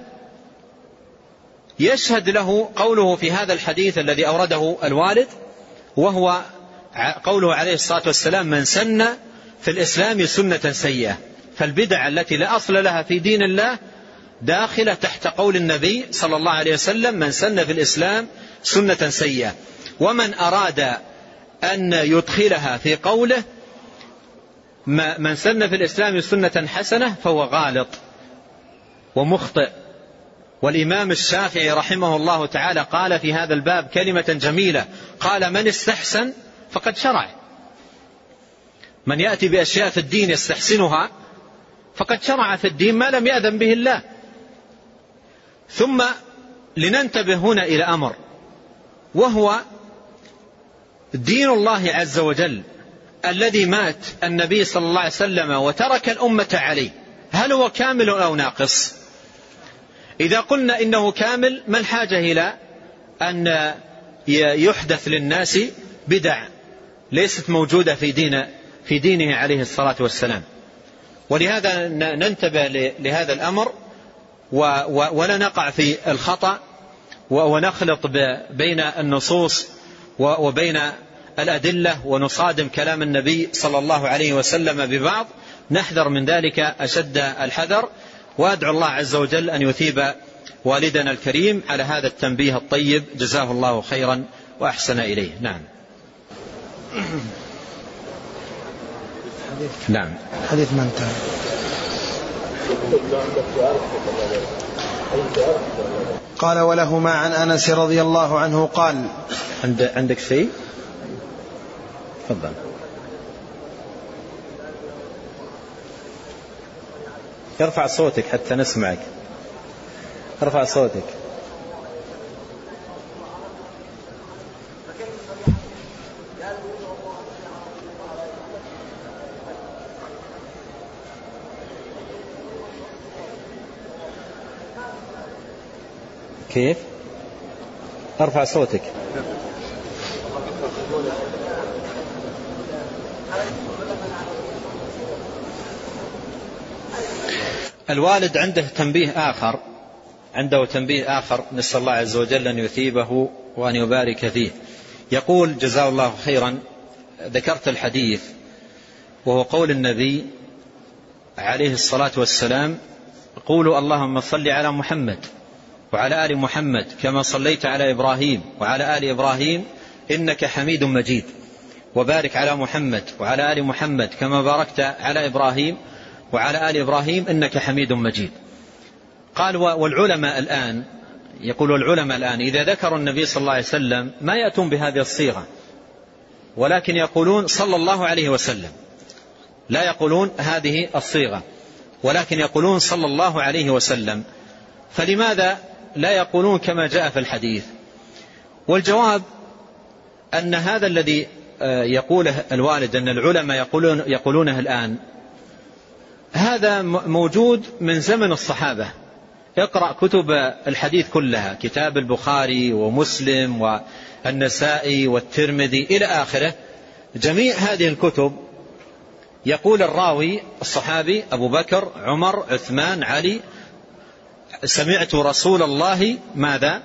يشهد له قوله في هذا الحديث الذي أورده الوالد، وهو قوله عليه الصلاة والسلام من سن في الإسلام سنة سيئة. فالبدع التي لا أصل لها في دين الله داخلة تحت قول النبي صلى الله عليه وسلم من سن في الإسلام سنة سيئة. ومن أراد أن يدخلها في قوله من سن في الإسلام سنة حسنة فهو غالط ومخطئ. والإمام الشافعي رحمه الله تعالى قال في هذا الباب كلمة جميلة، قال من استحسن فقد شرع. من يأتي بأشياء في الدين يستحسنها فقد شرع في الدين ما لم يأذن به الله. ثم لننتبه هنا إلى أمر، وهو دين الله عز وجل الذي مات النبي صلى الله عليه وسلم وترك الأمة عليه، هل هو كامل أو ناقص؟ إذا قلنا إنه كامل ما الحاجة إلى أن يحدث للناس بدع ليست موجودة في دين في دينه عليه الصلاة والسلام؟ ولهذا ننتبه لهذا الأمر ولا نقع في الخطأ ونخلط بين النصوص وبين الأدلة ونصادم كلام النبي صلى الله عليه وسلم ببعض. نحذر من ذلك أشد الحذر، وأدعو الله عز وجل أن يثيب والدنا الكريم على هذا التنبيه الطيب، جزاه الله خيرا وأحسن إليه. نعم. نعم. حديث من انتهى. قال ولهما عن أنس رضي الله عنه قال. عند عندك شيء؟ تفضل. ارفع صوتك حتى نسمعك. ارفع صوتك. كيف؟ ارفع صوتك. الوالد عنده تنبيه آخر عنده تنبيه آخر نسأل الله عز وجل أن يثيبه وأن يبارك فيه. يقول جزاه الله خيرا: ذكرت الحديث وهو قول النبي عليه الصلاة والسلام: قولوا اللهم صل على محمد وعلى آل محمد كما صليت على إبراهيم وعلى آل إبراهيم إنك حميد مجيد، وبارك على محمد وعلى آل محمد كما باركت على إبراهيم وعلى آل إبراهيم إنك حميد مجيد. قال والعلماء الآن يقول والعلماء الآن إذا ذكروا النبي صلى الله عليه وسلم ما يأتون بهذه الصيغة، ولكن يقولون صلى الله عليه وسلم، لا يقولون هذه الصيغة ولكن يقولون صلى الله عليه وسلم. فلماذا لا يقولون كما جاء في الحديث؟ والجواب أن هذا الذي يقوله الوالد أن العلماء يقولون يقولونه الآن هذا موجود من زمن الصحابة. اقرأ كتب الحديث كلها، كتاب البخاري ومسلم والنسائي والترمذي إلى آخره، جميع هذه الكتب يقول الراوي الصحابي أبو بكر عمر عثمان علي سمعت رسول الله ماذا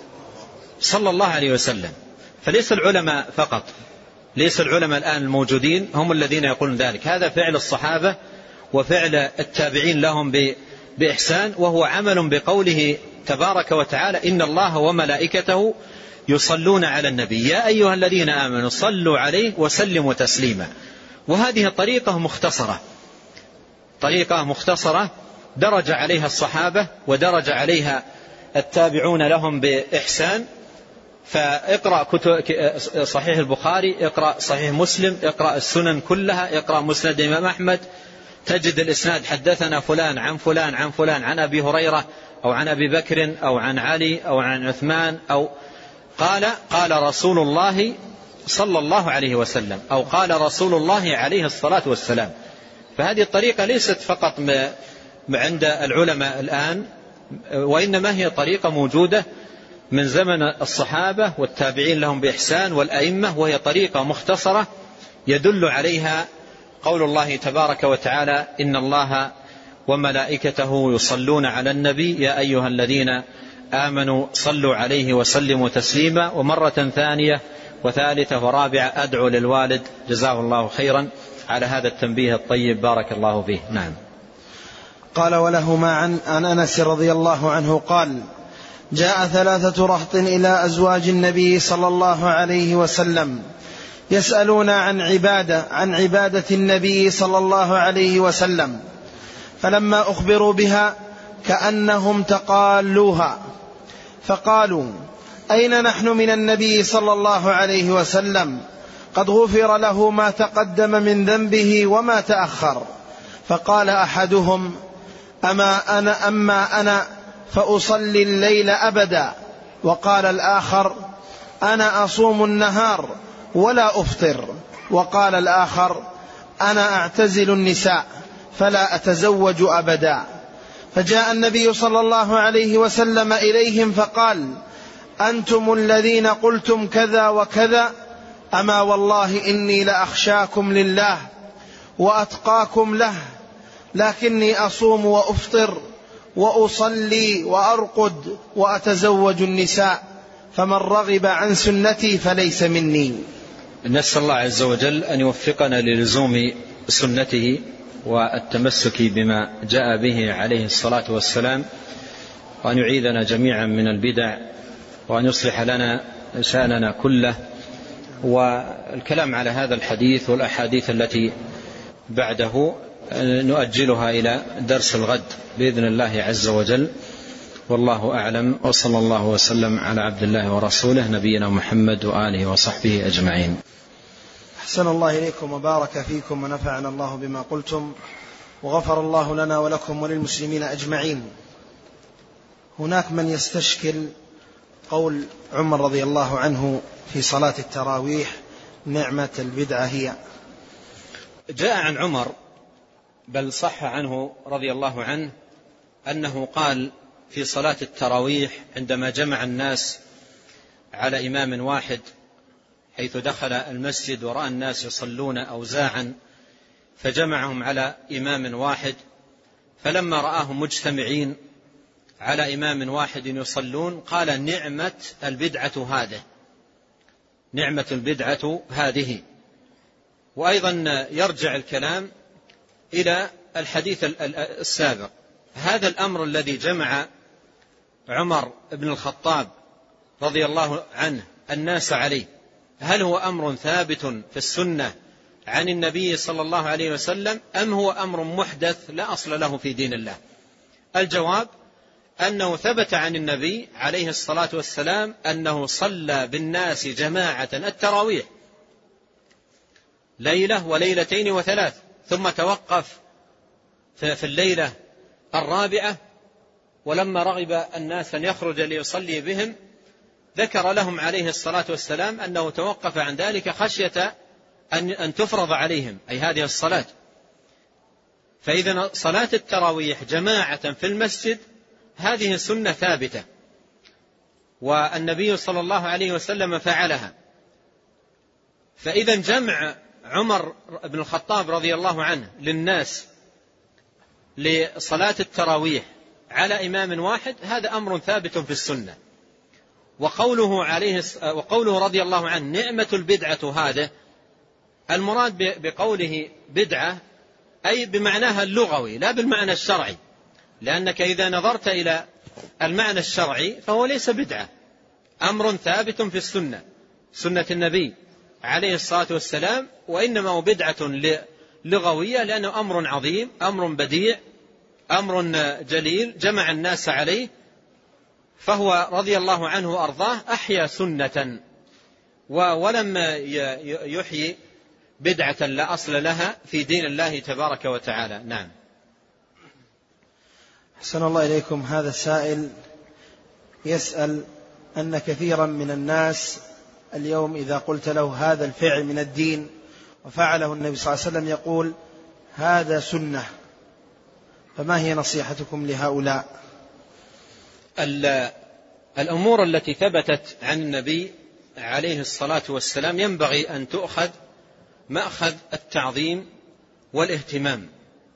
صلى الله عليه وسلم. فليس العلماء فقط، ليس العلماء الآن الموجودين هم الذين يقولون ذلك، هذا فعل الصحابة وفعل التابعين لهم بإحسان، وهو عمل بقوله تبارك وتعالى: إن الله وملائكته يصلون على النبي يا أيها الذين آمنوا صلوا عليه وسلموا تسليما. وهذه طريقة مختصرة، طريقة مختصرة درج عليها الصحابة ودرج عليها التابعون لهم بإحسان. فاقرأ كتب صحيح البخاري، اقرأ صحيح مسلم، اقرأ السنن كلها، اقرأ مسند الإمام أحمد، تجد الإسناد حدثنا فلان عن فلان عن فلان عن أبي هريرة أو عن أبي بكر أو عن علي أو عن عثمان أو قال قال رسول الله صلى الله عليه وسلم أو قال رسول الله عليه الصلاة والسلام. فهذه الطريقة ليست فقط عند العلماء الآن، وإنما هي طريقة موجودة من زمن الصحابة والتابعين لهم بإحسان والأئمة، وهي طريقة مختصرة يدل عليها قول الله تبارك وتعالى: إن الله وملائكته يصلون على النبي يا أيها الذين آمنوا صلوا عليه وسلموا تسليما. ومرة ثانية وثالثة ورابعة أدعو للوالد جزاه الله خيرا على هذا التنبيه الطيب، بارك الله فيه. نعم. قال ولهما عن, عن أنس رضي الله عنه قال: جاء ثلاثة رهط إلى أزواج النبي صلى الله عليه وسلم يسألون عن عبادة عن عبادة النبي صلى الله عليه وسلم، فلما أخبروا بها كأنهم تقالوها، فقالوا: أين نحن من النبي صلى الله عليه وسلم؟ قد غفر له ما تقدم من ذنبه وما تأخر. فقال أحدهم: أما أنا أما أنا فأصلي الليل أبدا. وقال الآخر: أنا أصوم النهار ولا أفطر. وقال الآخر: أنا أعتزل النساء فلا أتزوج أبدا. فجاء النبي صلى الله عليه وسلم إليهم فقال: أنتم الذين قلتم كذا وكذا، أما والله إني لأخشاكم لله وأتقاكم له، لكني أصوم وأفطر وأصلي وأرقد وأتزوج النساء، فمن رغب عن سنتي فليس مني. نسأل الله عز وجل أن يوفقنا للزوم سنته والتمسك بما جاء به عليه الصلاة والسلام، وأن يعيذنا جميعا من البدع، وأن يصلح لنا شأننا كله. والكلام على هذا الحديث والأحاديث التي بعده نؤجلها إلى درس الغد بإذن الله عز وجل، والله أعلم، وصلى الله وسلم على عبد الله ورسوله نبينا محمد وآله وصحبه أجمعين. أحسن الله إليكم وبارك فيكم ونفعنا الله بما قلتم، وغفر الله لنا ولكم وللمسلمين أجمعين. هناك من يستشكل قول عمر رضي الله عنه في صلاة التراويح: نعمة البدعة هي. جاء عن عمر، بل صح عنه رضي الله عنه، أنه قال في صلاة التراويح عندما جمع الناس على إمام واحد، حيث دخل المسجد ورأى الناس يصلون أوزاعا فجمعهم على إمام واحد، فلما رآهم مجتمعين على إمام واحد يصلون قال: نعمة البدعة هذه، نعمة البدعة هذه. وأيضا يرجع الكلام إلى الحديث السابق. هذا الأمر الذي جمع عمر بن الخطاب رضي الله عنه الناس عليه، هل هو أمر ثابت في السنة عن النبي صلى الله عليه وسلم، أم هو أمر محدث لا أصل له في دين الله؟ الجواب أنه ثبت عن النبي عليه الصلاة والسلام أنه صلى بالناس جماعة التراويح ليلة وليلتين وثلاث، ثم توقف في الليلة الرابعة، ولما رغب الناس أن يخرج ليصلي بهم ذكر لهم عليه الصلاة والسلام أنه توقف عن ذلك خشية أن تفرض عليهم، أي هذه الصلاة. فإذا صلاة التراويح جماعة في المسجد هذه سنة ثابتة، والنبي صلى الله عليه وسلم فعلها. فإذا جمع عمر بن الخطاب رضي الله عنه للناس لصلاة التراويح على إمام واحد هذا أمر ثابت في السنة. وقوله عليه وقوله رضي الله عنه نعمة البدعة هذا، المراد بقوله بدعة أي بمعناها اللغوي لا بالمعنى الشرعي، لأنك إذا نظرت إلى المعنى الشرعي فهو ليس بدعة، أمر ثابت في السنة، سنة النبي عليه الصلاة والسلام، وإنما هو بدعة لغوية لأنه أمر عظيم، أمر بديع، أمر جليل جمع الناس عليه، فهو رضي الله عنه وأرضاه أحيا سنة ولم يحيي بدعة لا أصل لها في دين الله تبارك وتعالى. نعم. أحسن الله إليكم. هذا السائل يسأل أن كثيرا من الناس اليوم إذا قلت له هذا الفعل من الدين وفعله النبي صلى الله عليه وسلم يقول هذا سنة، فما هي نصيحتكم لهؤلاء؟ الأمور التي ثبتت عن النبي عليه الصلاة والسلام ينبغي أن تؤخذ مأخذ التعظيم والاهتمام،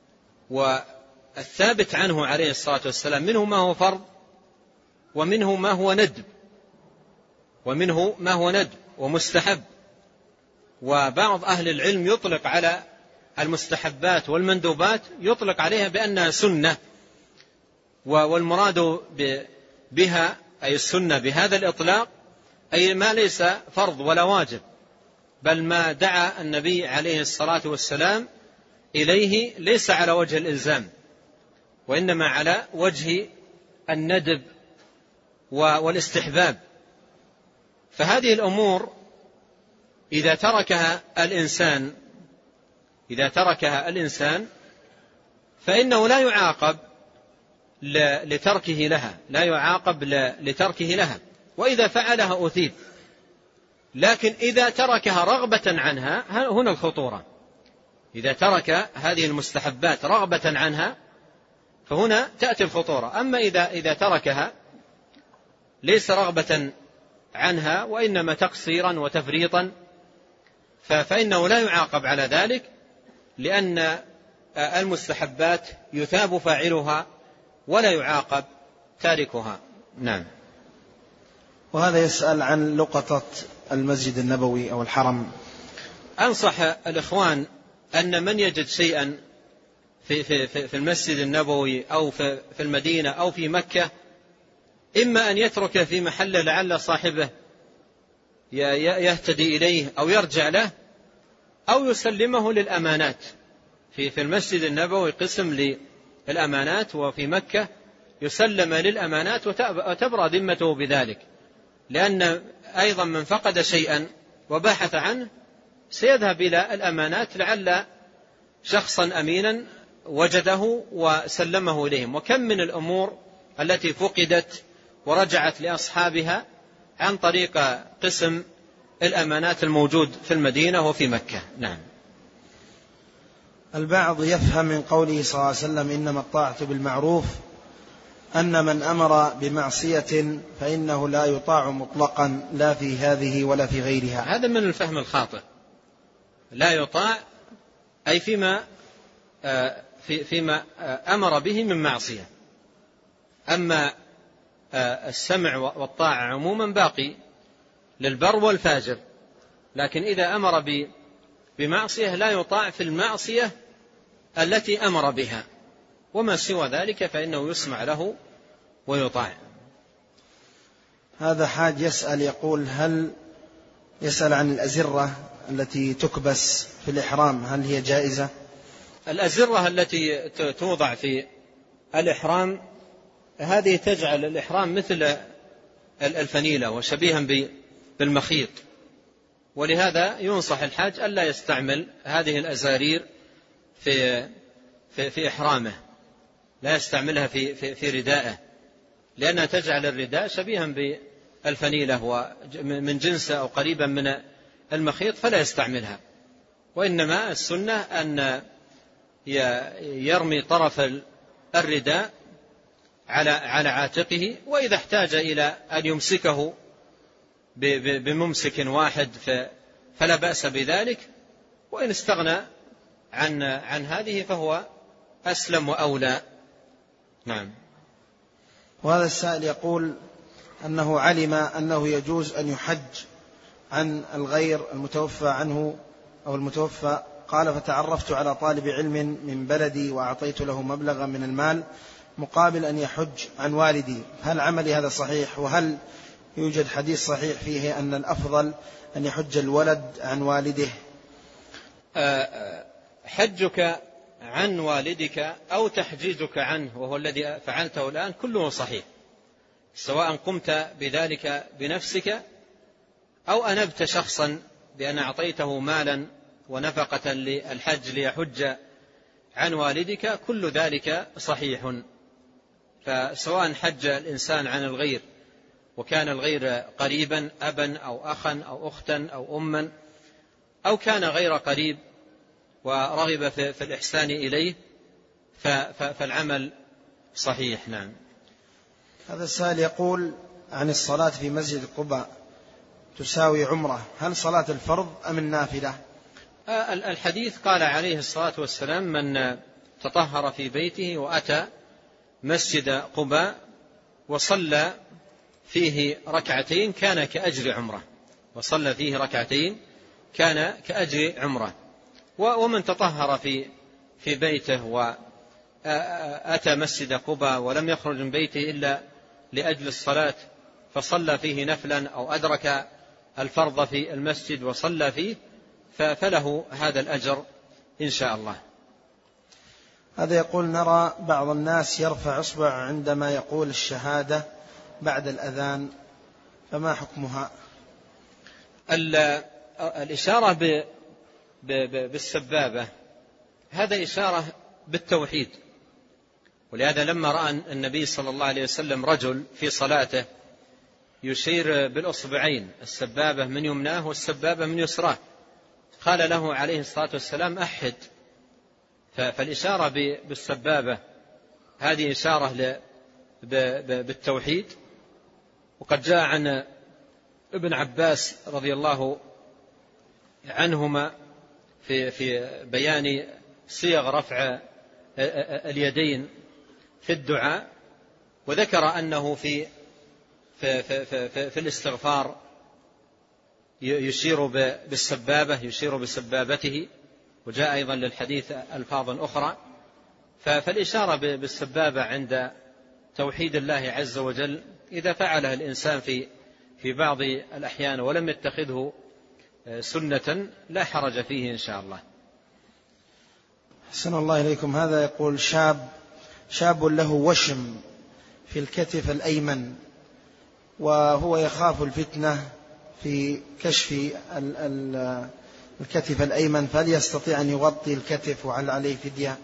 والثابت عنه عليه الصلاة والسلام منه ما هو فرض ومنه ما هو ندب ومنه ما هو ندب ومستحب. وبعض أهل العلم يطلق على المستحبات والمندوبات يطلق عليها بأنها سنة، والمراد بها أي السنة بهذا الإطلاق أي ما ليس فرض ولا واجب، بل ما دعا النبي عليه الصلاة والسلام إليه ليس على وجه الإلزام، وإنما على وجه الندب والاستحباب. فهذه الأمور إذا تركها الإنسان إذا تركها الإنسان فإنه لا يعاقب لتركه لها لا يعاقب لتركه لها وإذا فعلها أثيب. لكن إذا تركها رغبة عنها هنا الخطورة، إذا ترك هذه المستحبات رغبة عنها فهنا تأتي الخطورة. أما إذا إذا تركها ليس رغبة عنها وإنما تقصيرا وتفريطا فإنه لا يعاقب على ذلك، لأن المستحبات يثاب فاعلها ولا يعاقب تاركها. نعم. وهذا يسأل عن لقطة المسجد النبوي أو الحرم. أنصح الإخوان أن من يجد شيئا في, في, في المسجد النبوي أو في, في المدينة أو في مكة إما أن يترك في محله لعل صاحبه يهتدي إليه أو يرجع له، أو يسلمه للأمانات. في, في المسجد النبوي قسم للأمانات، وفي مكة يسلم للأمانات وتبرأ ذمته بذلك، لأن أيضا من فقد شيئا وبحث عنه سيذهب إلى الأمانات لعل شخصا أمينا وجده وسلمه إليهم. وكم من الأمور التي فقدت ورجعت لأصحابها عن طريق قسم الأمانات الموجود في المدينة وفي مكة. نعم. البعض يفهم من قوله صلى الله عليه وسلم إنما الطاعة بالمعروف أن من أمر بمعصية فإنه لا يطاع مطلقا لا في هذه ولا في غيرها. هذا من الفهم الخاطئ. لا يطاع أي فيما في فيما أمر به من معصية. أما السمع والطاعة عموما باقي للبر والفاجر، لكن إذا أمر بمعصية لا يطاع في المعصية التي أمر بها، وما سوى ذلك فإنه يسمع له ويطاع. هذا حاج يسأل يقول هل يسأل عن الأزرة التي تكبس في الإحرام، هل هي جائزة؟ الأزرة التي توضع في الإحرام هذه تجعل الإحرام مثل الفنيلة وشبيها بالمخيط، ولهذا ينصح الحاج ألا يستعمل هذه الأزارير في في في إحرامه، لا يستعملها في في في ردائه، لأنها تجعل الرداء شبيها بالفنيلة ومن جنس أو قريبا من المخيط، فلا يستعملها. وإنما السنة أن يرمي طرف الرداء على على عاتقه، وإذا احتاج إلى أن يمسكه بممسك واحد فلا بأس بذلك، وإن استغنى عن عن هذه فهو أسلم وأولى. نعم. وهذا السائل يقول أنه علم أنه يجوز أن يحج عن الغير المتوفى عنه أو المتوفى، قال فتعرفت على طالب علم من بلدي وأعطيت له مبلغا من المال مقابل أن يحج عن والدي، هل عملي هذا صحيح؟ وهل يوجد حديث صحيح فيه أن الأفضل أن يحج الولد عن والده؟ حجك عن والدك أو تحجيجك عنه وهو الذي فعلته الآن كله صحيح، سواء قمت بذلك بنفسك أو أنبت شخصا بأن أعطيته مالا ونفقة للحج ليحج عن والدك، كل ذلك صحيح. فسواء حج الإنسان عن الغير وكان الغير قريبا أبا أو أخا أو أختا أو أما، أو كان غير قريب ورغب في الإحسان إليه فالعمل صحيح. نعم. هذا السائل يقول عن الصلاة في مسجد قباء تساوي عمرة، هل صلاة الفرض أم النافلة؟ الحديث قال عليه الصلاة والسلام من تطهر في بيته وأتى مسجد قباء وصلى فيه ركعتين كان كأجر عمره، وصلى فيه ركعتين كان كأجر عمره. ومن تطهر في في بيته وأتى مسجد قباء ولم يخرج من بيته إلا لأجل الصلاة فصلى فيه نفلا أو أدرك الفرض في المسجد وصلى فيه فله هذا الأجر إن شاء الله. هذا يقول نرى بعض الناس يرفع إصبع عندما يقول الشهادة بعد الأذان، فما حكمها؟ الإشارة بالسبابة هذا إشارة بالتوحيد، ولهذا لما رأى النبي صلى الله عليه وسلم رجل في صلاته يشير بالأصبعين، السبابة من يمناه والسبابة من يسراه، قال له عليه الصلاة والسلام أحد. فالإشارة بالسبابة هذه إشارة بالتوحيد. وقد جاء عن ابن عباس رضي الله عنهما في في بيان صيغ رفع اليدين في الدعاء، وذكر أنه في في, في, في, في الاستغفار يشير بالسبابة يشير بسبابته، وجاء أيضا للحديث ألفاظ أخرى. فالإشارة بالسبابة عند توحيد الله عز وجل إذا فعلها الإنسان في في بعض الأحيان ولم يتخذه سنة لا حرج فيه إن شاء الله. أحسن الله إليكم. هذا يقول شاب شاب له وشم في الكتف الأيمن، وهو يخاف الفتنة في كشف الكتف الأيمن، فهل يستطيع أن يغطي الكتف وهل عليه فدية؟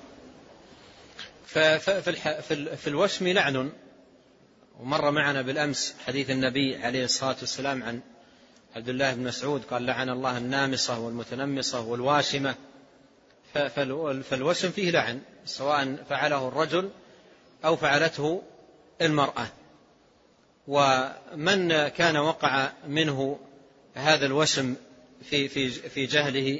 في الوشم لعن، ومر معنا بالأمس حديث النبي عليه الصلاة والسلام عن عبد الله بن مسعود قال: لعن الله النامصة والمتنمصة والواشمة. فالوشم فيه لعن سواء فعله الرجل أو فعلته المرأة. ومن كان وقع منه هذا الوشم في في في جهله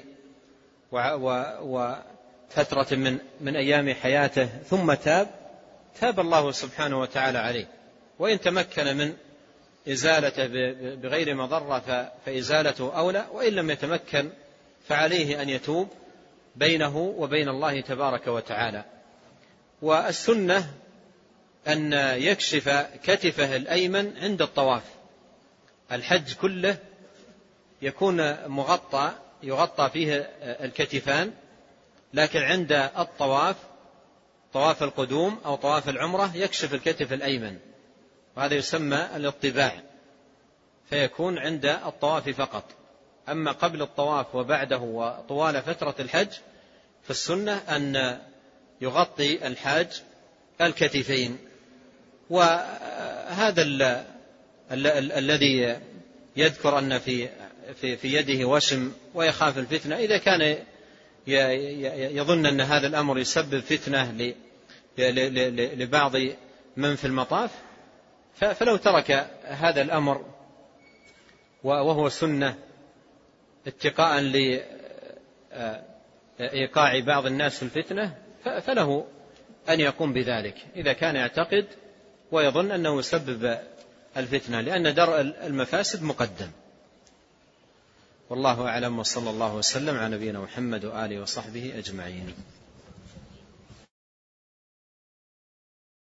وفترة من من أيام حياته ثم تاب تاب الله سبحانه وتعالى عليه، وإن تمكن من إزالته بغير مضرة فإزالته أولى، وإن لم يتمكن فعليه أن يتوب بينه وبين الله تبارك وتعالى. والسنة أن يكشف كتفه الأيمن عند الطواف. الحج كله يكون مغطى يغطى فيه الكتفان، لكن عند الطواف طواف القدوم أو طواف العمرة يكشف الكتف الأيمن، وهذا يسمى الاطباع، فيكون عند الطواف فقط. أما قبل الطواف وبعده وطوال فترة الحج فالسنة أن يغطي الحاج الكتفين. وهذا الذي يذكر أن في في يده وشم ويخاف الفتنة، إذا كان يظن أن هذا الأمر يسبب فتنة لبعض من في المطاف فلو ترك هذا الأمر وهو سنة اتقاء لإيقاع بعض الناس في الفتنة فله أن يقوم بذلك إذا كان يعتقد ويظن أنه يسبب الفتنة، لأن درء المفاسد مقدم. والله أعلم، وصلى الله وسلم على نبينا محمد وآله وصحبه أجمعين.